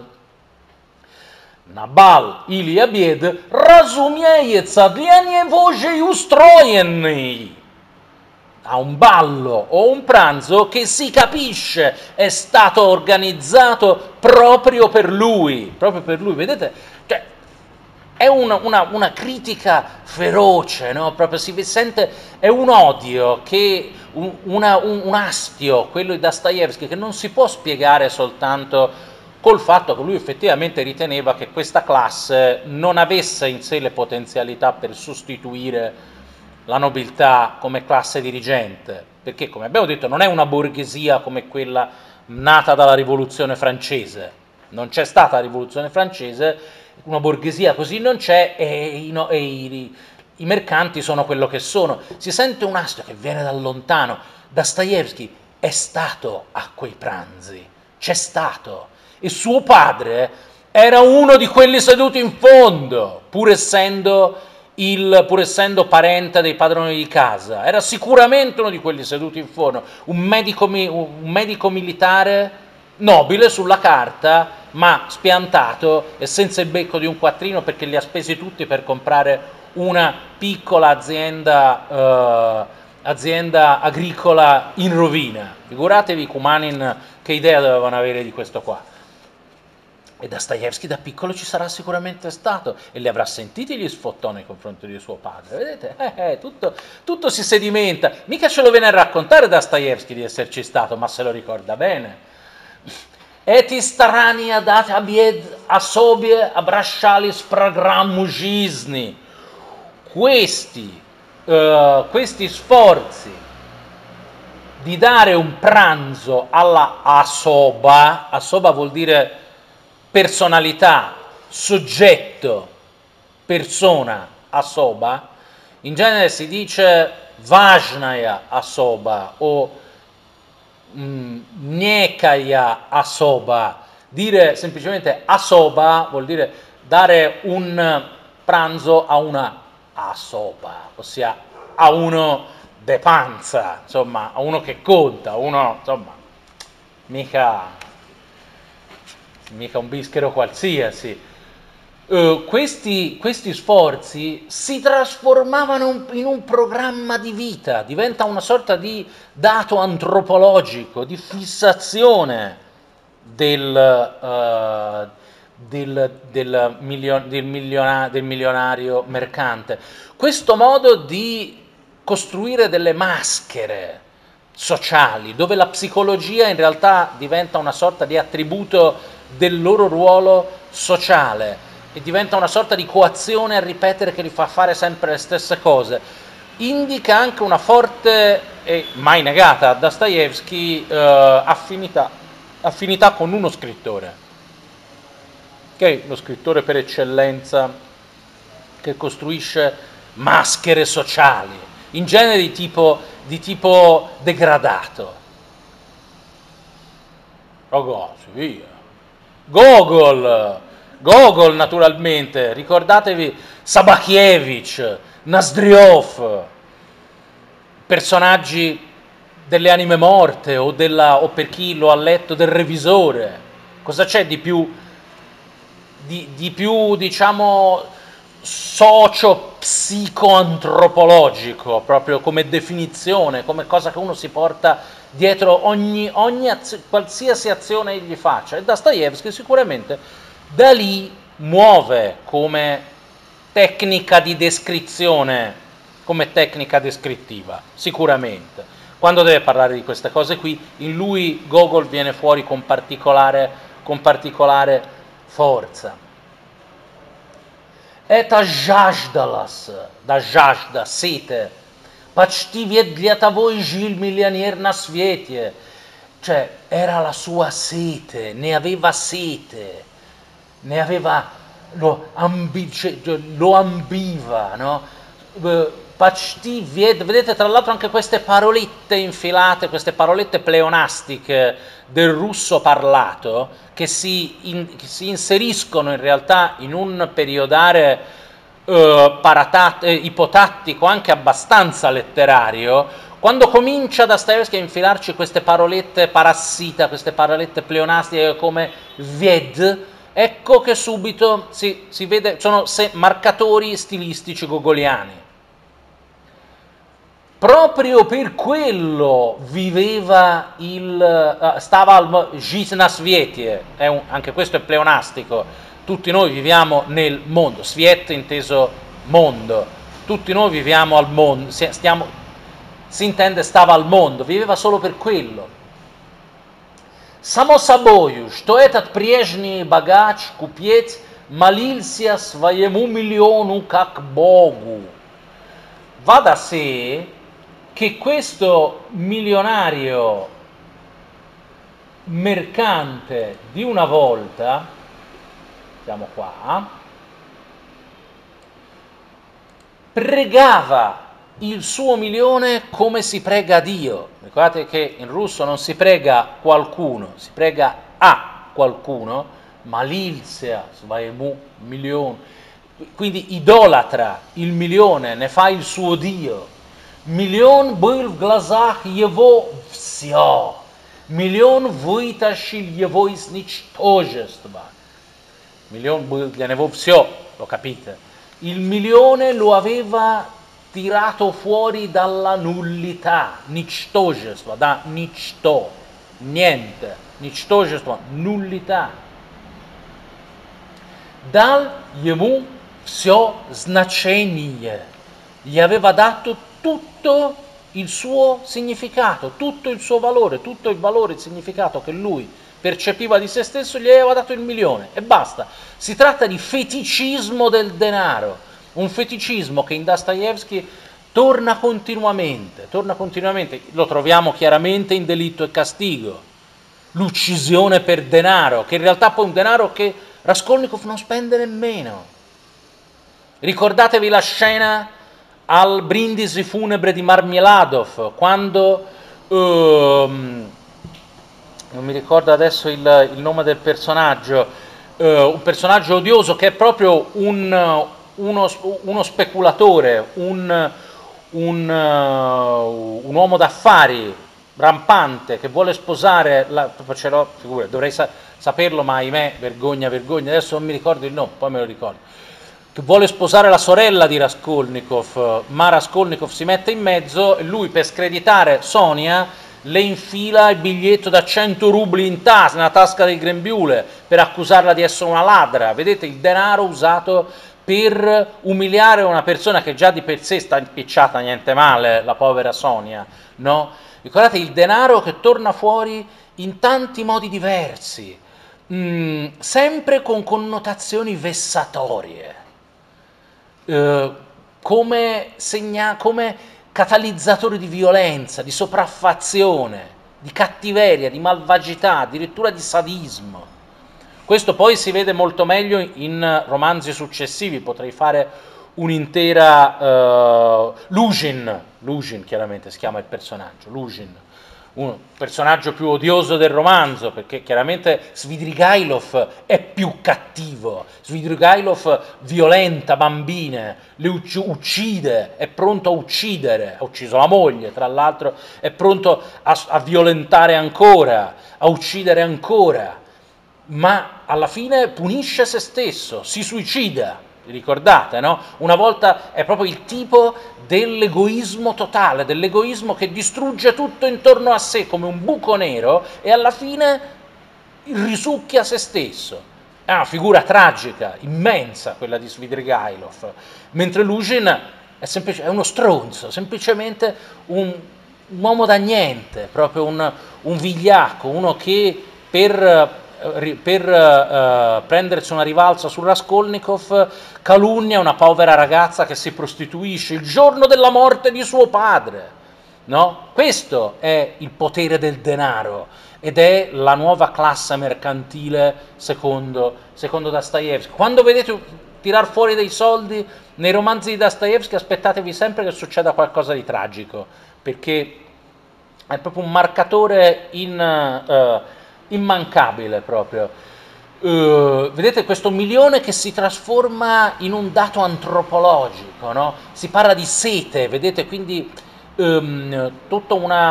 Nabal или обед, разумеется, для него же устроенный. A un ballo o un pranzo che si capisce è stato organizzato proprio per lui, vedete? Cioè, è una critica feroce, no? Proprio si sente, è un odio, un astio, quello di Dostoevskij, che non si può spiegare soltanto col fatto che lui effettivamente riteneva che questa classe non avesse in sé le potenzialità per sostituire la nobiltà come classe dirigente, perché, come abbiamo detto, non è una borghesia come quella nata dalla rivoluzione francese, non c'è stata la rivoluzione francese, una borghesia così non c'è, e i mercanti sono quello che sono. Si sente un astio che viene da lontano. Dostoevskij è stato a quei pranzi, c'è stato, e suo padre era uno di quelli seduti in fondo, pur essendo parente dei padroni di casa, era sicuramente uno di quelli seduti in fondo, un medico militare nobile sulla carta, ma spiantato e senza il becco di un quattrino, perché li ha spesi tutti per comprare una piccola azienda agricola in rovina. Figuratevi Kumanin che idea dovevano avere di questo qua. E Dostoevskij da piccolo ci sarà sicuramente stato e li avrà sentiti gli sfottoni nei confronti di suo padre. Vedete? Tutto si sedimenta. Mica ce lo viene a raccontare Dostoevskij di esserci stato, ma se lo ricorda bene. Эти старания дать обед особе обращались в программу жизни. Questi sforzi di dare un pranzo alla asoba. Asoba vuol dire personalità, soggetto, persona, asoba. In genere si dice vajnaya asoba o nekaya asoba. Dire semplicemente asoba vuol dire dare un pranzo a una asoba, ossia a uno de panza, insomma, a uno che conta, uno, insomma, mica un bischero qualsiasi. Questi sforzi si trasformavano in un programma di vita, diventa una sorta di dato antropologico, di fissazione del milionario mercante. Questo modo di costruire delle maschere sociali, dove la psicologia in realtà diventa una sorta di attributo del loro ruolo sociale e diventa una sorta di coazione a ripetere che li fa fare sempre le stesse cose, indica anche una forte e mai negata a Dostoevskij affinità con uno scrittore, che è lo scrittore per eccellenza, che costruisce maschere sociali, in genere di tipo degradato. Ragazzi, via. Gogol naturalmente, ricordatevi Sabachievich, Nasdriov, personaggi delle anime morte o per chi lo ha letto del Revisore. Cosa c'è di più diciamo socio-psicoantropologico, proprio come definizione, come cosa che uno si porta dietro qualsiasi azione egli faccia. E Dostoevskij sicuramente da lì muove come tecnica di descrizione, come tecnica descrittiva, sicuramente. Quando deve parlare di queste cose qui, in lui Gogol viene fuori con particolare forza. Это жаждалась, да жажда, сete, почти ведь для того и жил миллионер на свете. Cioè, era la sua sete, ne aveva sete, ne aveva, lo ambiva, no? Почти ведь, vedete tra l'altro anche queste parolette infilate, queste parolette pleonastiche del russo parlato, che si inseriscono in realtà in un periodare ipotattico, anche abbastanza letterario. Quando comincia Dostoevskij a infilarci queste parolette parassita, queste parolette pleonastiche come ved, ecco che subito si vede, sono marcatori stilistici gogoliani. Proprio per quello viveva stava al Žít na světě, anche questo è pleonastico, tutti noi viviamo nel mondo, sviet inteso mondo, tutti noi viviamo al mondo, si intende stava al mondo, viveva solo per quello. Само собою, что этот прежний богач, купец, молился своему миллиону как Богу. Va da sé che questo milionario mercante di una volta, siamo qua, pregava il suo milione come si prega a Dio. Ricordate che in russo non si prega qualcuno, si prega a qualcuno, malilsia svaimu milione, quindi idolatra il milione, ne fa il suo Dio. Миллион был в глазах его все. Миллион вытащил его из ничтожества. Миллион был для него все, lo capite? Il milione lo aveva tirato fuori dalla nullità, ничтожество, da ничто, niente, ничтожество, nullità. Dal ему все значение. Gli aveva dato tutto il suo significato, tutto il suo valore, tutto il valore, il significato che lui percepiva di se stesso, gli aveva dato il milione e basta. Si tratta di feticismo del denaro, un feticismo che in Dostoevskij torna continuamente, lo troviamo chiaramente in Delitto e Castigo, l'uccisione per denaro, che in realtà poi è un denaro che Raskolnikov non spende nemmeno. Ricordatevi la scena al brindisi funebre di Marmeladov, quando, non mi ricordo adesso il nome del personaggio, un personaggio odioso che è proprio uno speculatore, un uomo d'affari rampante che vuole sposare, dovrei saperlo, ma ahimè, vergogna, adesso non mi ricordo il nome, poi me lo ricordo, che vuole sposare la sorella di Raskolnikov, ma Raskolnikov si mette in mezzo e lui, per screditare Sonia, le infila il biglietto da 100 rubli nella tasca del grembiule per accusarla di essere una ladra. Vedete, il denaro usato per umiliare una persona che già di per sé sta impicciata, niente male, la povera Sonia, no? Ricordate, il denaro che torna fuori in tanti modi diversi, sempre con connotazioni vessatorie, come catalizzatore di violenza, di sopraffazione, di cattiveria, di malvagità, addirittura di sadismo. Questo poi si vede molto meglio in romanzi successivi, potrei fare un'intera Luzhin chiaramente si chiama il personaggio, Luzhin, un personaggio più odioso del romanzo, perché chiaramente Svidrigailov è più cattivo, Svidrigailov violenta bambine, le uccide, è pronto a uccidere, ha ucciso la moglie tra l'altro, è pronto a violentare ancora, a uccidere ancora, ma alla fine punisce se stesso, si suicida, ricordate, no? Una volta è proprio il tipo dell'egoismo totale, dell'egoismo che distrugge tutto intorno a sé come un buco nero e alla fine risucchia se stesso. È una figura tragica, immensa quella di Svidrigailov, mentre Luzhin è uno stronzo, semplicemente un uomo da niente, proprio un vigliacco, uno che per prendersi una rivalsa su Raskolnikov calunnia una povera ragazza che si prostituisce il giorno della morte di suo padre, no? Questo è il potere del denaro ed è la nuova classe mercantile secondo Dostoevskij. Quando vedete tirar fuori dei soldi nei romanzi di Dostoevskij, aspettatevi sempre che succeda qualcosa di tragico, perché è proprio un marcatore immancabile proprio. Vedete questo milione che si trasforma in un dato antropologico, no? Si parla di sete, vedete, quindi tutto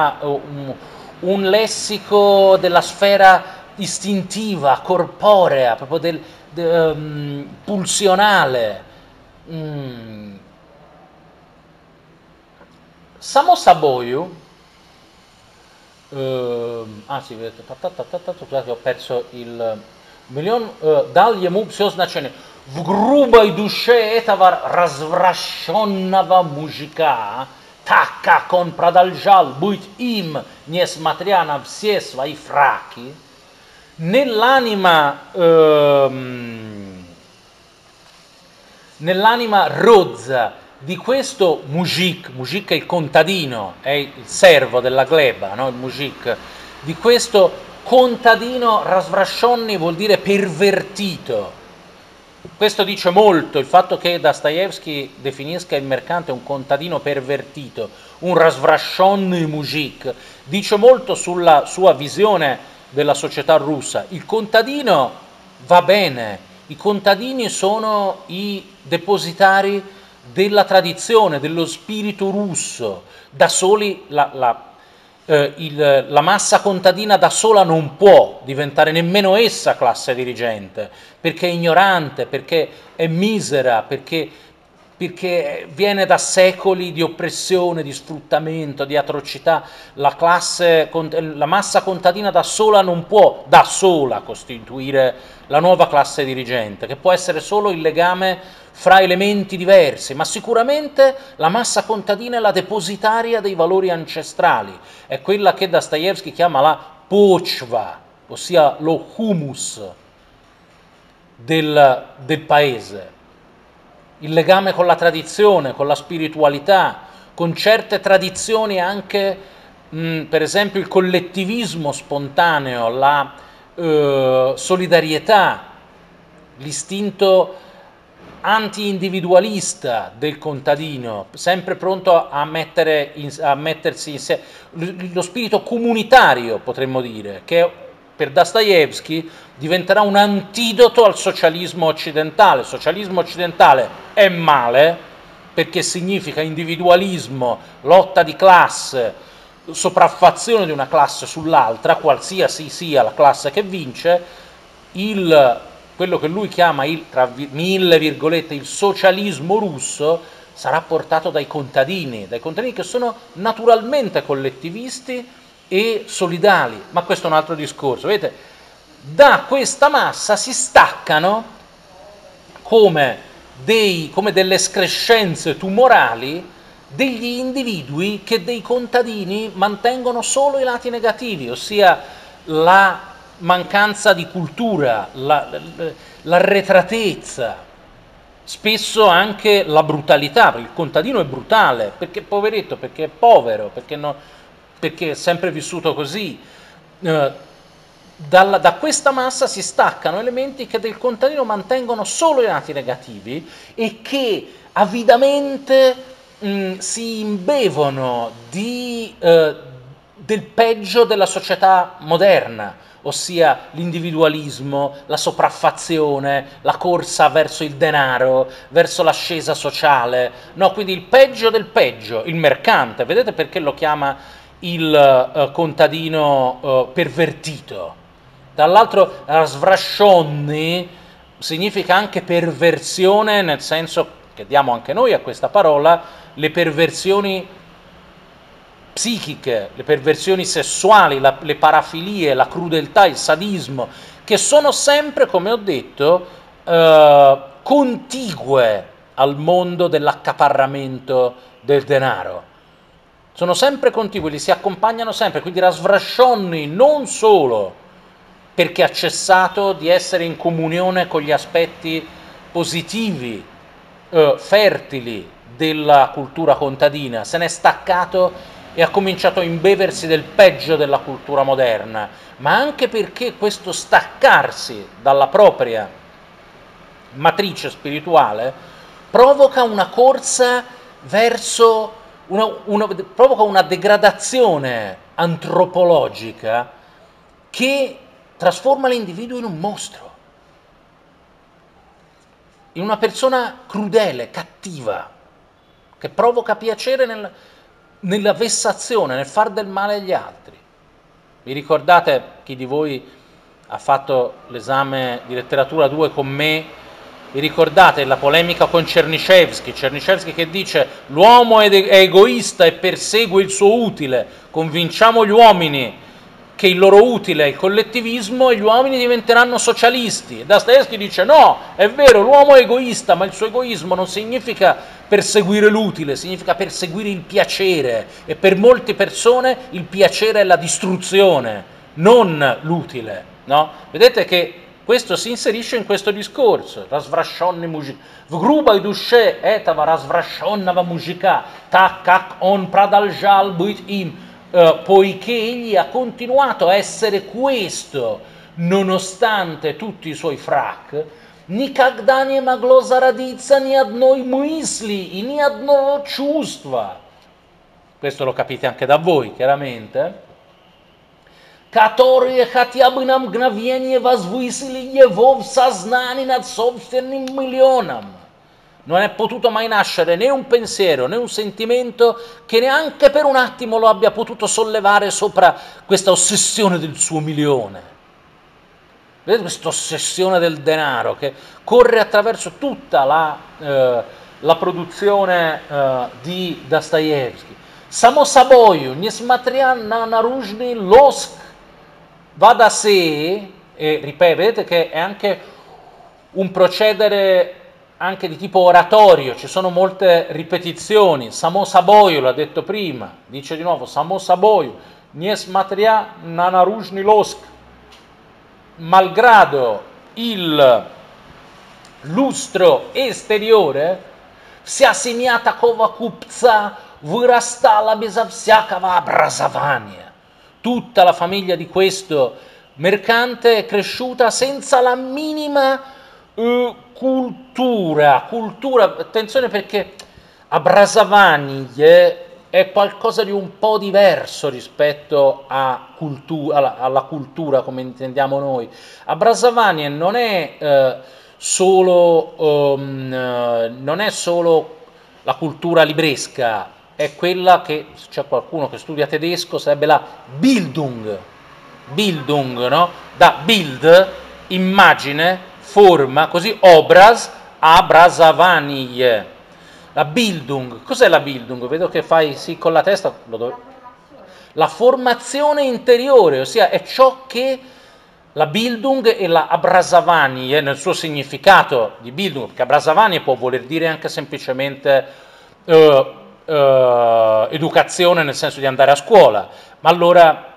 un lessico della sfera istintiva, corporea, proprio pulsionale. Samo Saboiu, sì, vedete, scusate, ho perso il milion, dal jemu все значение. В грубой душе этого развращенного мужика, так как он продолжал быть им, несмотря на все свои фраки, nell'anima rozza di questo mujik è il contadino, è il servo della gleba, no? Il mujik, di questo contadino razvrashonni vuol dire pervertito. Questo dice molto, il fatto che Dostoevskij definisca il mercante un contadino pervertito, un razvrashonni mujik, dice molto sulla sua visione della società russa. Il contadino va bene, i contadini sono i depositari della tradizione, dello spirito russo, da soli la massa contadina da sola non può diventare nemmeno essa classe dirigente, perché è ignorante, perché è misera, perché viene da secoli di oppressione, di sfruttamento, di atrocità. La massa contadina da sola non può da sola costituire la nuova classe dirigente, che può essere solo il legame fra elementi diversi, ma sicuramente la massa contadina è la depositaria dei valori ancestrali, è quella che Dostoevskij chiama la pochva, ossia lo humus del paese, il legame con la tradizione, con la spiritualità, con certe tradizioni anche, per esempio il collettivismo spontaneo, la solidarietà, l'istinto anti-individualista del contadino, sempre pronto a mettersi insieme, lo spirito comunitario, potremmo dire, che per Dostoevsky diventerà un antidoto al socialismo occidentale. Il socialismo occidentale è male perché significa individualismo, lotta di classe, sopraffazione di una classe sull'altra, qualsiasi sia la classe che vince. Quello che lui chiama tra mille virgolette, il socialismo russo, sarà portato dai contadini che sono naturalmente collettivisti e solidali. Ma questo è un altro discorso. Vedete, da questa massa si staccano come delle escrescenze tumorali degli individui che dei contadini mantengono solo i lati negativi, ossia la mancanza di cultura, l'arretratezza, spesso anche la brutalità, perché il contadino è brutale, perché è poveretto, perché è povero, perché è sempre vissuto così. Da questa massa si staccano elementi che del contadino mantengono solo i lati negativi e che avidamente si imbevono del peggio della società moderna, ossia l'individualismo, la sopraffazione, la corsa verso il denaro, verso l'ascesa sociale, no, quindi il peggio del peggio, il mercante. Vedete perché lo chiama il contadino pervertito? Dall'altro, svrascionni significa anche perversione, nel senso che diamo anche noi a questa parola, le perversioni psichiche, le perversioni sessuali, le parafilie, la crudeltà, il sadismo, che sono sempre, come ho detto, contigue al mondo dell'accaparramento del denaro. Sono sempre contigui, li si accompagnano sempre, quindi Rasvrashonni non solo perché ha cessato di essere in comunione con gli aspetti positivi, fertili della cultura contadina, se n'è staccato e ha cominciato a imbeversi del peggio della cultura moderna, ma anche perché questo staccarsi dalla propria matrice spirituale provoca una corsa verso provoca una degradazione antropologica che trasforma l'individuo in un mostro, in una persona crudele, cattiva, che provoca piacere nella vessazione, nel far del male agli altri. Vi ricordate, chi di voi ha fatto l'esame di letteratura 2 con me, vi ricordate la polemica con Czernyszewski che dice l'uomo è egoista e persegue il suo utile, convinciamo gli uomini che il loro utile è il collettivismo e gli uomini diventeranno socialisti. E Dostoevsky dice no, è vero, l'uomo è egoista, ma il suo egoismo non significa perseguire l'utile, significa perseguire il piacere, e per molte persone il piacere è la distruzione, non l'utile, no? Vedete che questo si inserisce in questo discorso. Razvrashonni muzika. V grubaj duše etava razvrashonnava muzika, tak kak on pradalžal být im. Poiché egli ha continuato a essere questo, nonostante tutti i suoi frac, никогда не могло зародиться ни одной мысли и ни одного чувства. Questo lo capite anche da voi, chiaramente. Которые хотя бы на мгновение возвысили его в сознании над собственным миллионом. Non è potuto mai nascere né un pensiero né un sentimento che neanche per un attimo lo abbia potuto sollevare sopra questa ossessione del suo milione. Vedete questa ossessione del denaro che corre attraverso tutta la produzione di Dostoevsky. Само собою, несмотря на наружный лоск, va da sé, e vedete che è anche un procedere anche di tipo oratorio, ci sono molte ripetizioni. Samo saboyu, l'ha detto prima, dice di nuovo Samo saboyu, nesmatria na narужный лоск, malgrado il lustro esteriore, вся семья такого купца vyrastala безо всякого образования. Tutta la famiglia di questo mercante è cresciuta senza la minima cultura, attenzione perché образование è qualcosa di un po' diverso rispetto alla cultura come intendiamo noi. Образование non è solo la cultura libresca, è quella che, se c'è qualcuno che studia tedesco, sarebbe la Bildung, no? Da Bild, immagine, forma, così Obraz, образование. La Bildung, cos'è la Bildung? Vedo che fai sì con la testa. La formazione interiore, ossia è ciò che la Bildung e la образование nel suo significato di Bildung, perché образование può voler dire anche semplicemente educazione nel senso di andare a scuola, ma allora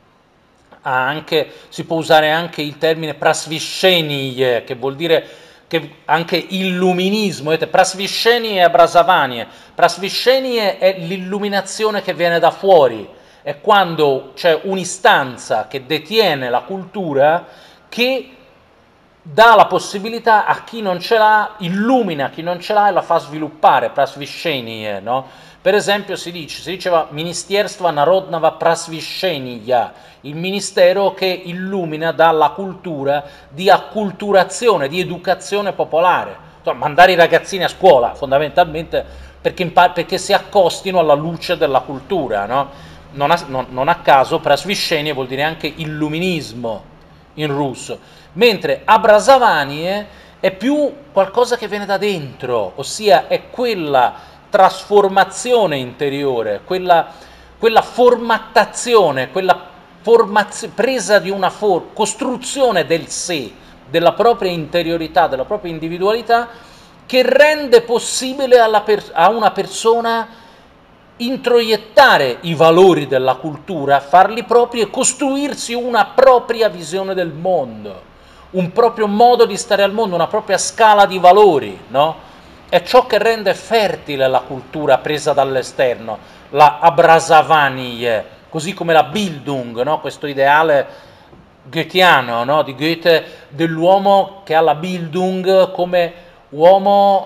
si può usare anche il termine просвещение, che vuol dire che anche illuminismo, просвещение e образование. Просвещение è l'illuminazione che viene da fuori, è quando c'è un'istanza che detiene la cultura che dà la possibilità a chi non ce l'ha, illumina chi non ce l'ha e la fa sviluppare, просвещение, no? Per esempio si diceva Министерство народного просвещения, il ministero che illumina dalla cultura di acculturazione, di educazione popolare, insomma, mandare i ragazzini a scuola fondamentalmente perché si accostino alla luce della cultura, no? Non a caso просвещение vuol dire anche illuminismo in russo, mentre образование è più qualcosa che viene da dentro, ossia è quella trasformazione interiore, quella formattazione, quella presa di una costruzione del sé, della propria interiorità, della propria individualità, che rende possibile a una persona introiettare i valori della cultura, farli propri e costruirsi una propria visione del mondo, un proprio modo di stare al mondo, una propria scala di valori, no? È ciò che rende fertile la cultura presa dall'esterno, la образование, così come la Bildung, no? Questo ideale goetheano, no? Di Goethe, dell'uomo che ha la Bildung come uomo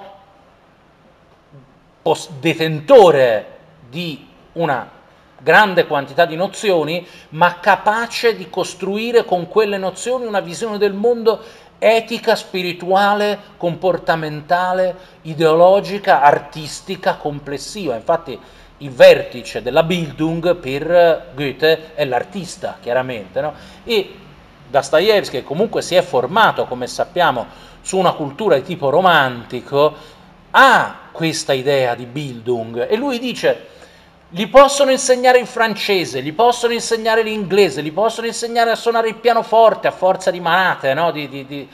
detentore di una grande quantità di nozioni, ma capace di costruire con quelle nozioni una visione del mondo etica, spirituale, comportamentale, ideologica, artistica, complessiva. Infatti il vertice della Bildung per Goethe è l'artista, chiaramente, no? E Dostoevskij comunque si è formato, come sappiamo, su una cultura di tipo romantico, ha questa idea di Bildung e lui dice: gli possono insegnare il francese, gli possono insegnare l'inglese, gli possono insegnare a suonare il pianoforte a forza di manate, no? di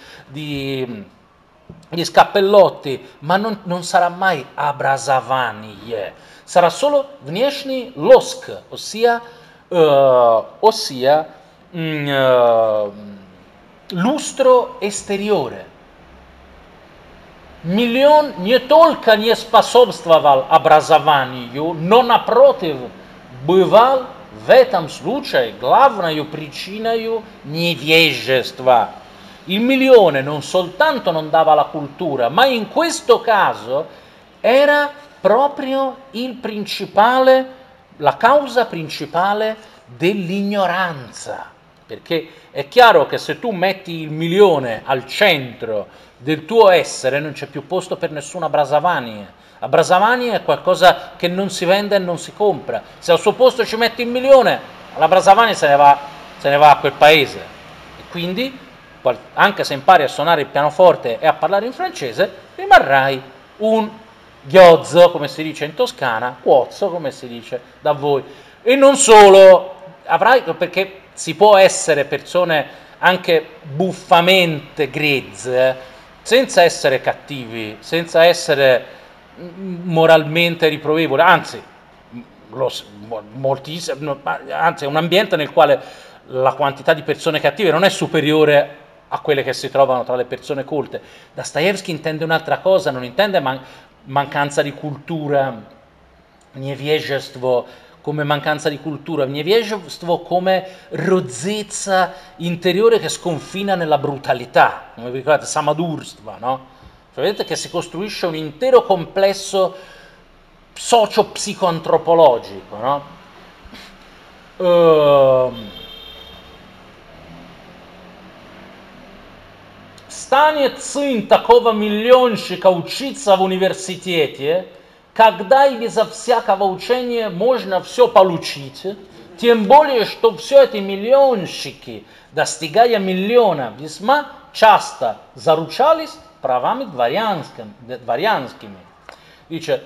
scappellotti, ma non sarà mai образование, sarà solo внешний лоск, ossia lustro esteriore. Миллион не только не способствовал образованию, но напротив бывал в этом случае главной причиной невежества. Il milione non soltanto non dava la cultura, ma in questo caso era proprio la causa principale dell'ignoranza. Perché è chiaro che se tu metti il milione al centro del tuo essere non c'è più posto per nessuna образование. Образование è qualcosa che non si vende e non si compra. Se al suo posto ci metti il milione, l'obразование se ne va a quel paese. E quindi, anche se impari a suonare il pianoforte e a parlare in francese, rimarrai un ghiozzo, come si dice in Toscana, cuozzo, come si dice da voi. E non solo, perché si può essere persone anche buffamente grezze, senza essere cattivi, senza essere moralmente riprovevoli, anzi è un ambiente nel quale la quantità di persone cattive non è superiore a quelle che si trovano tra le persone colte. Dostoevskij intende un'altra cosa, non intende mancanza di cultura Niewierzestwo come mancanza di cultura, niewierzestwo come rozzezza interiore che sconfina nella brutalità, come vi ricordate, samadurstva, no? Cioè, vedete che si costruisce un intero complesso socio-psicoantropologico, no? Станет сын такого миллионщика учиться в университете, когда и безо всякого учения можно все получить, тем более, что все эти миллионщики, достигая миллиона, весьма часто заручались правами дворянскими. Dice,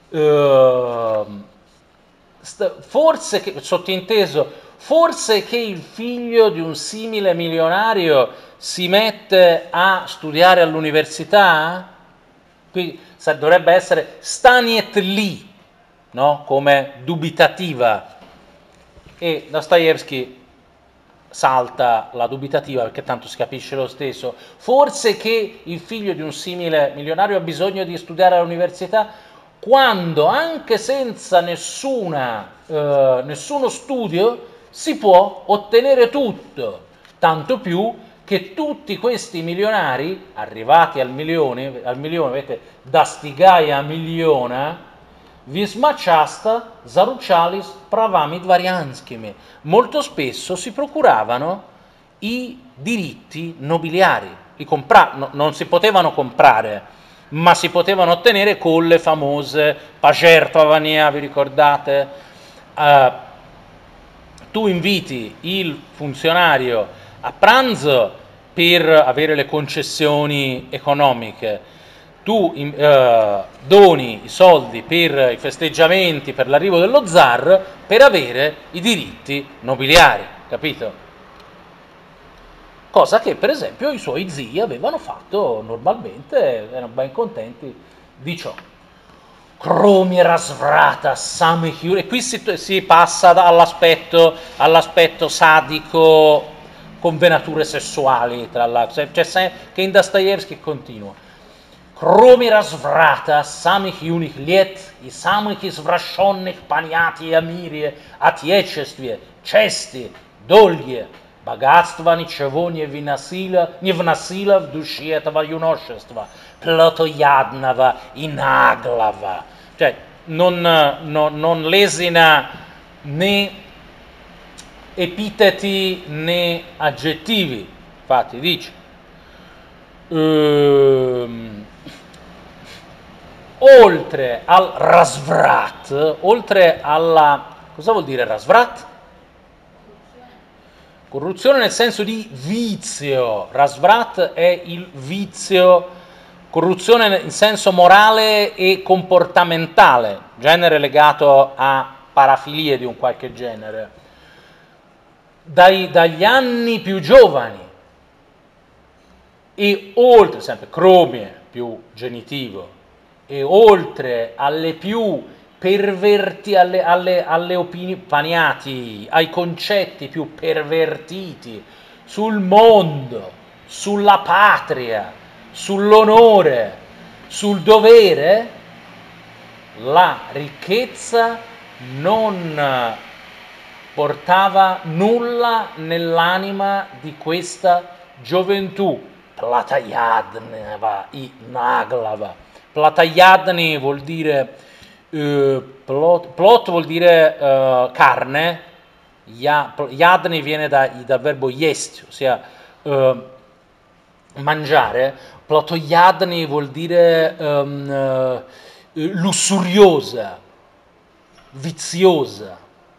forse, sottinteso, forse che il figlio di un simile milionario si mette a studiare all'università? Qui dovrebbe essere staniet lì, no? Come dubitativa. E Dostoevsky salta la dubitativa perché tanto si capisce lo stesso. Forse che il figlio di un simile milionario ha bisogno di studiare all'università quando anche senza nessuno studio si può ottenere tutto, tanto più che tutti questi milionari, arrivati al milione, vedete, dastigaya miliona, Visma Chasta Zaruchalis Pravami Dvarianskimi, molto spesso si procuravano i diritti nobiliari, non si potevano comprare, ma si potevano ottenere con le famose Pacertovania, vi ricordate? Tu inviti il funzionario a pranzo per avere le concessioni economiche, tu doni i soldi per i festeggiamenti, per l'arrivo dello zar, per avere i diritti nobiliari, capito? Cosa che per esempio i suoi zii avevano fatto normalmente, erano ben contenti di ciò. Kromi rasvrata samihyur, e qui si passa all'aspetto sadico con venature sessuali, tra l'altro, che in Dostoevsky continua. Kromi rasvrata samih юних лет и самых извращенных понятий о мире, отечестве, чести, долге, богатство ничего не вносило в души этого юношества, плотоядного и наглого. Cioè, non lesina né epiteti né aggettivi, infatti dice. Oltre al rasvrat, oltre alla... cosa vuol dire rasvrat? Corruzione nel senso di vizio. Rasvrat è il vizio, corruzione in senso morale e comportamentale, genere legato a parafilie di un qualche genere. Dagli anni più giovani e oltre, sempre cromie più genitivo, e oltre alle più perverti, alle opinioni paniati, ai concetti più pervertiti sul mondo, sulla patria, sull'onore, sul dovere, la ricchezza non portava nulla nell'anima di questa gioventù. Platayadneva i naglava. Platayadni vuol dire plot vuol dire carne, yadni viene dal verbo jest, ossia mangiare. Platoyadni vuol dire lussuriosa, viziosa.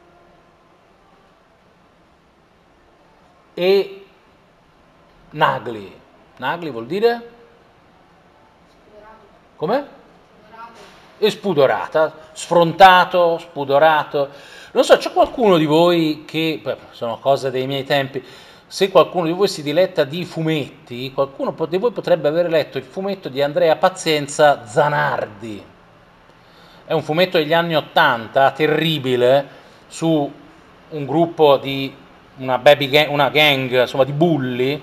E nagli vuol dire? Come? E spudorata, sfrontato, spudorato. Non so, c'è qualcuno di voi che, sono cose dei miei tempi, se qualcuno di voi si diletta di fumetti, qualcuno di voi potrebbe aver letto il fumetto di Andrea Pazienza, Zanardi. È un fumetto degli anni '80, terribile, su un gruppo di una gang, insomma, di bulli,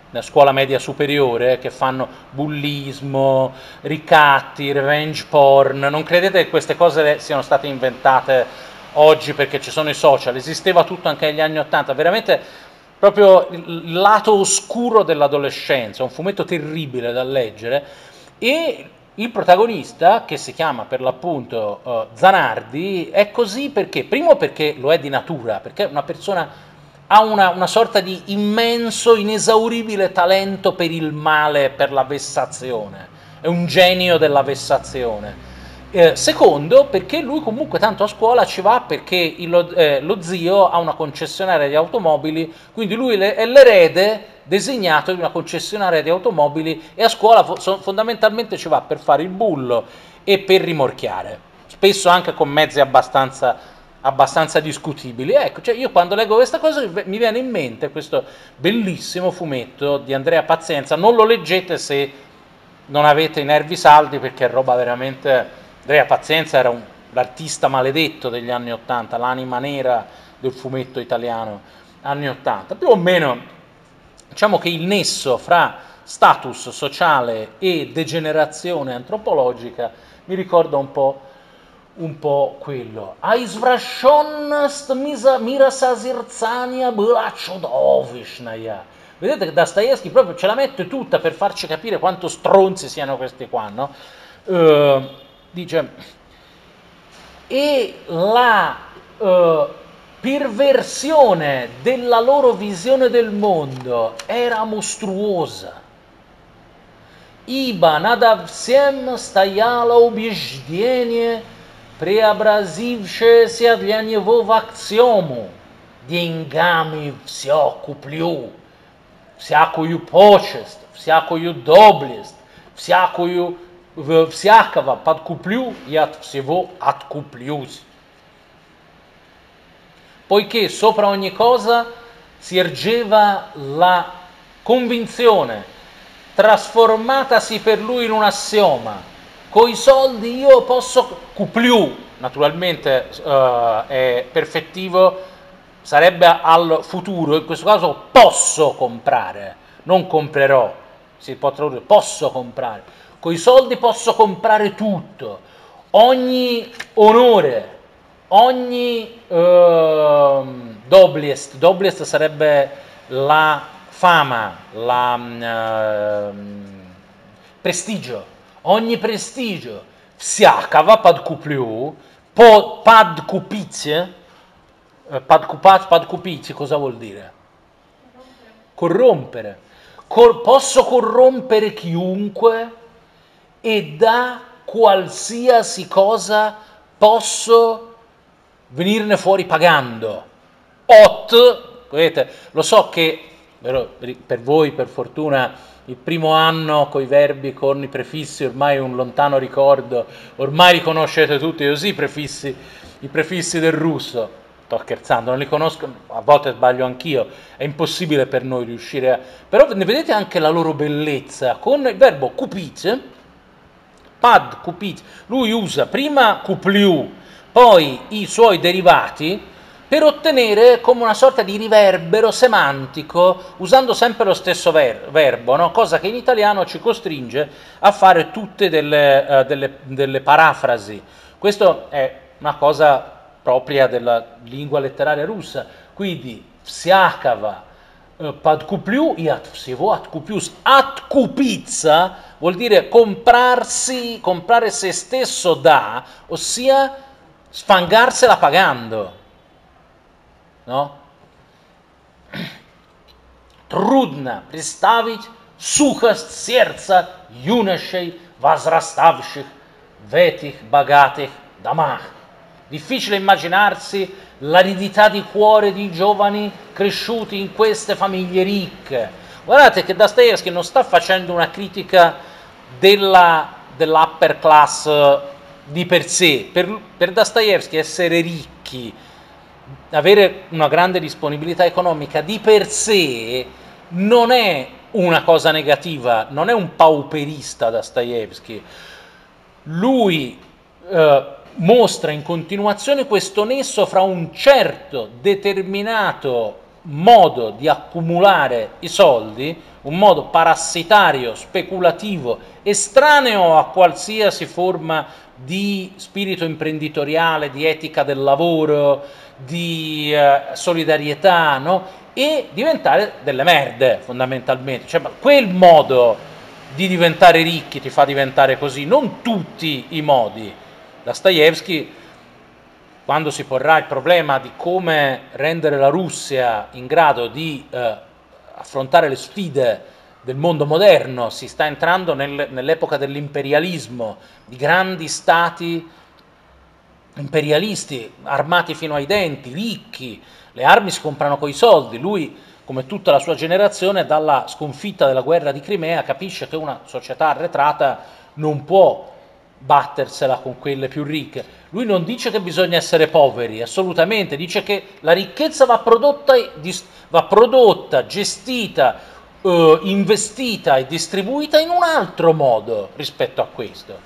scuola media superiore, che fanno bullismo, ricatti, revenge porn. Non credete che queste cose siano state inventate oggi perché ci sono i social, esisteva tutto anche negli anni '80, veramente proprio il lato oscuro dell'adolescenza, un fumetto terribile da leggere, e il protagonista, che si chiama per l'appunto Zanardi, è così perché, primo perché lo è di natura, perché è una persona ha una sorta di immenso, inesauribile talento per il male, per la vessazione, è un genio della vessazione. Secondo, perché lui comunque tanto a scuola ci va perché lo zio ha una concessionaria di automobili, quindi lui è l'erede designato di una concessionaria di automobili e a scuola fondamentalmente ci va per fare il bullo e per rimorchiare, spesso anche con mezzi abbastanza discutibili. Ecco, cioè io quando leggo questa cosa mi viene in mente questo bellissimo fumetto di Andrea Pazienza. Non lo leggete se non avete i nervi saldi, perché è roba veramente... Andrea Pazienza era l'artista maledetto degli anni '80, l'anima nera del fumetto italiano anni '80. Più o meno, diciamo che il nesso fra status sociale e degenerazione antropologica mi ricorda un po' quello. A izvrashonnost mira sazircania byla čudovišnaya. Vedete che Dostoevskij proprio ce la mette tutta per farci capire quanto stronzi siano questi qua, no? Dice, e la perversione della loro visione del mondo era mostruosa. Ибо надо всем стояло убеждение, преобразившееся для него в аксиому. Деньгами все куплю, всякую почесть, всякую доблесть, всякого подкуплю и от всего откуплюсь. Poiché sopra ogni cosa si ergeva la convinzione, trasformatasi per lui in un assioma: coi soldi io posso cupliu, naturalmente è perfettivo, sarebbe al futuro, in questo caso posso comprare, non comprerò, si può tradurre posso comprare, coi soldi posso comprare tutto, ogni onore, ogni dobliest sarebbe la fama, prestigio, ogni prestigio, всякого подкуплю, подкупить, подкупить cosa vuol dire? Corrompere. Posso corrompere chiunque e da qualsiasi cosa posso venirne fuori pagando. Vedete, lo so che per voi, per fortuna, il primo anno coi verbi con i prefissi ormai è un lontano ricordo, ormai li conoscete tutti così i prefissi del russo. Sto scherzando, non li conosco, a volte sbaglio anch'io, è impossibile per noi riuscire a... Però ne vedete anche la loro bellezza, con il verbo kupit, pad kupit, lui usa prima kupliu, poi i suoi derivati, per ottenere come una sorta di riverbero semantico, usando sempre lo stesso verbo, no? Cosa che in italiano ci costringe a fare tutte delle parafrasi. Questo è una cosa propria della lingua letteraria russa, quindi всякого подкуплю и от всего откуплюсь. Откупиться vuol dire comprare se stesso da, ossia sfangarsela pagando, no? Трудно представить сухость сердца юношей, возраставших в этих богатых домах. Difficile immaginarsi l'aridità di cuore di giovani cresciuti in queste famiglie ricche. Guardate che Dostoevskij non sta facendo una critica dell'upper class di per sé. Per Dostoevskij essere ricchi, avere una grande disponibilità economica di per sé non è una cosa negativa, non è un pauperista Dostoevskij. Lui mostra in continuazione questo nesso fra un certo determinato modo di accumulare i soldi, un modo parassitario, speculativo, estraneo a qualsiasi forma di spirito imprenditoriale, di etica del lavoro, di solidarietà, no? E diventare delle merde, fondamentalmente. Cioè, quel modo di diventare ricchi ti fa diventare così, non tutti i modi. Dostoevskij, quando si porrà il problema di come rendere la Russia in grado di affrontare le sfide del mondo moderno, si sta entrando nell'epoca dell'imperialismo, di grandi stati imperialisti armati fino ai denti, ricchi, le armi si comprano coi soldi. Lui, come tutta la sua generazione, dalla sconfitta della guerra di Crimea capisce che una società arretrata non può battersela con quelle più ricche. Lui non dice che bisogna essere poveri, assolutamente, dice che la ricchezza va prodotta, gestita, investita e distribuita in un altro modo rispetto a questo.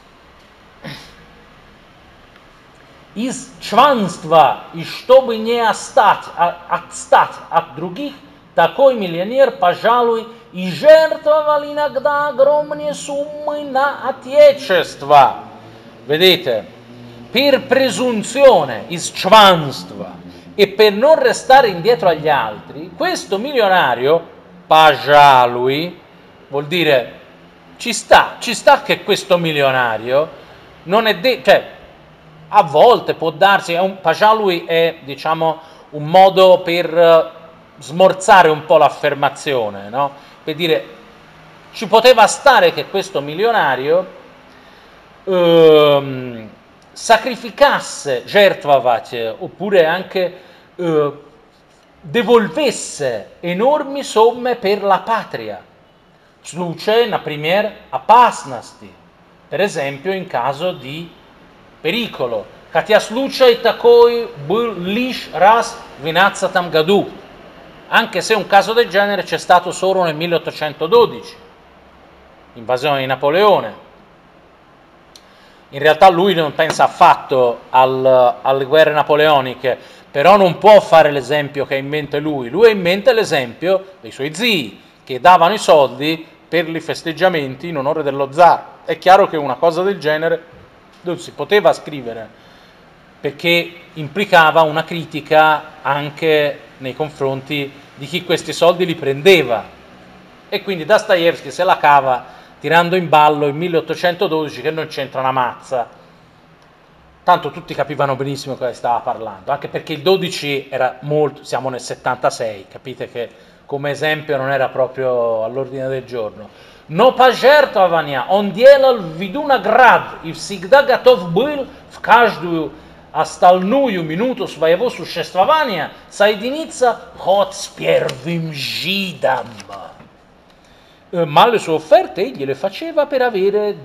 Из чванства, и чтобы не отстать от других, такой миллионер, пожалуй, и жертвовал иногда огромные суммы на отечество. Vedete, per presunzione, из чванства, e per non restare indietro agli altri, questo milionario, pожалуй, vuol dire ci sta che questo milionario non è cioè, a volte può darsi, pожалуй è, diciamo, un modo per smorzare un po' l'affermazione, no? Per dire, ci poteva stare che questo milionario sacrificasse, žertvovat, oppure anche devolvesse enormi somme per la patria. Случай, например, опасности, per esempio in caso di периколо. Хотя случай такой был лишь раз в 12 году, anche se un caso del genere c'è stato solo nel 1812, invasione di Napoleone. In realtà lui non pensa affatto alle guerre napoleoniche, però non può fare l'esempio che ha in mente lui ha in mente l'esempio dei suoi zii, che davano i soldi per i festeggiamenti in onore dello zar. È chiaro che una cosa del genere non si poteva scrivere, perché implicava una critica anche nei confronti di chi questi soldi li prendeva, e quindi Dostoevskij se la cava tirando in ballo il 1812 che non c'entra una mazza, tanto tutti capivano benissimo cosa stava parlando, anche perché il 12 era molto, siamo nel 76, capite che come esempio non era proprio all'ordine del giorno. Но пожертвования он делал ввиду наград и всегда готов был в каждую остальную минуту своего существования соединиться хоть с первым жидом. Ma le sue offerte egli le faceva per avere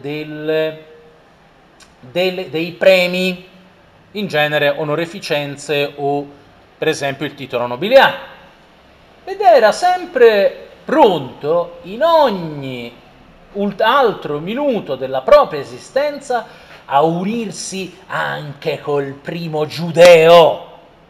dei premi, in genere onoreficenze o per esempio il titolo nobiliare. Ed era sempre pronto in ogni altro minuto della propria esistenza a unirsi anche col primo giudeo.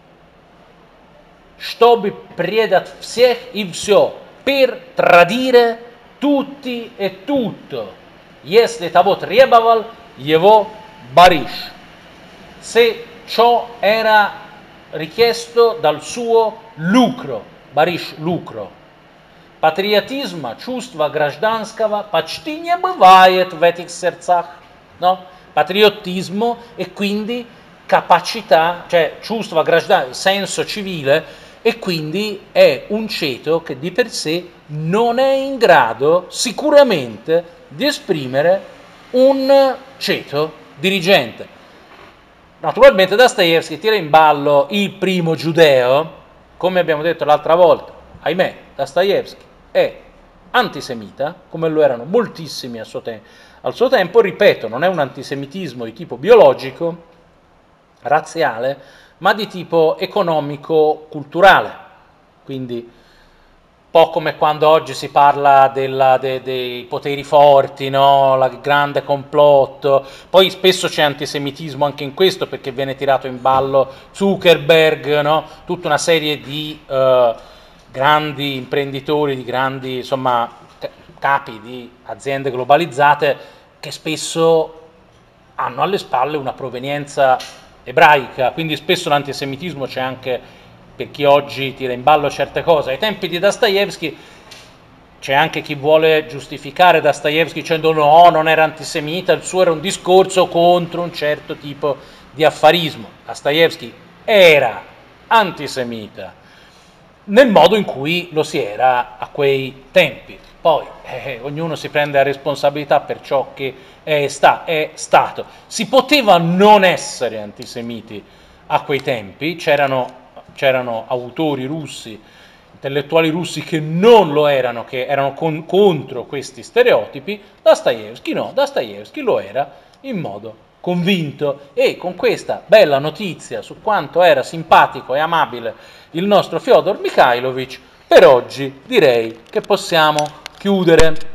Чтобы предать всех и все, per tradire tutti e tutto. Если того требовал его Бариш, se ciò era richiesto dal suo lucro, Бариш lucro. Патриотизма, чувства гражданского почти не бывает в этих сердцах, no? Patriottismo e quindi capacità, cioè чувства гражданского, senso civile, e quindi è un ceto che di per sé non è in grado sicuramente di esprimere un ceto dirigente. Naturalmente Dostoevskij tira in ballo il primo giudeo, come abbiamo detto l'altra volta, ahimè, Dostoevskij è antisemita, come lo erano moltissimi al suo tempo, ripeto, non è un antisemitismo di tipo biologico, razziale, ma di tipo economico-culturale, quindi po' come quando oggi si parla dei poteri forti, no? Il grande complotto, poi spesso c'è antisemitismo anche in questo perché viene tirato in ballo Zuckerberg, no? Tutta una serie di grandi imprenditori, di grandi insomma, capi di aziende globalizzate che spesso hanno alle spalle una provenienza ebraica, quindi spesso l'antisemitismo c'è anche per chi oggi tira in ballo certe cose. Ai tempi di Dostoevsky c'è anche chi vuole giustificare Dostoevsky dicendo no, non era antisemita, il suo era un discorso contro un certo tipo di affarismo. Dostoevsky era antisemita nel modo in cui lo si era a quei tempi. Poi ognuno si prende la responsabilità per ciò che è stato. Si poteva non essere antisemiti a quei tempi, c'erano autori russi, intellettuali russi che non lo erano, che erano contro questi stereotipi. Dostoevsky no, Dostoevsky lo era in modo convinto, e con questa bella notizia su quanto era simpatico e amabile il nostro Fyodor Mikhailovich, per oggi direi che possiamo chiudere.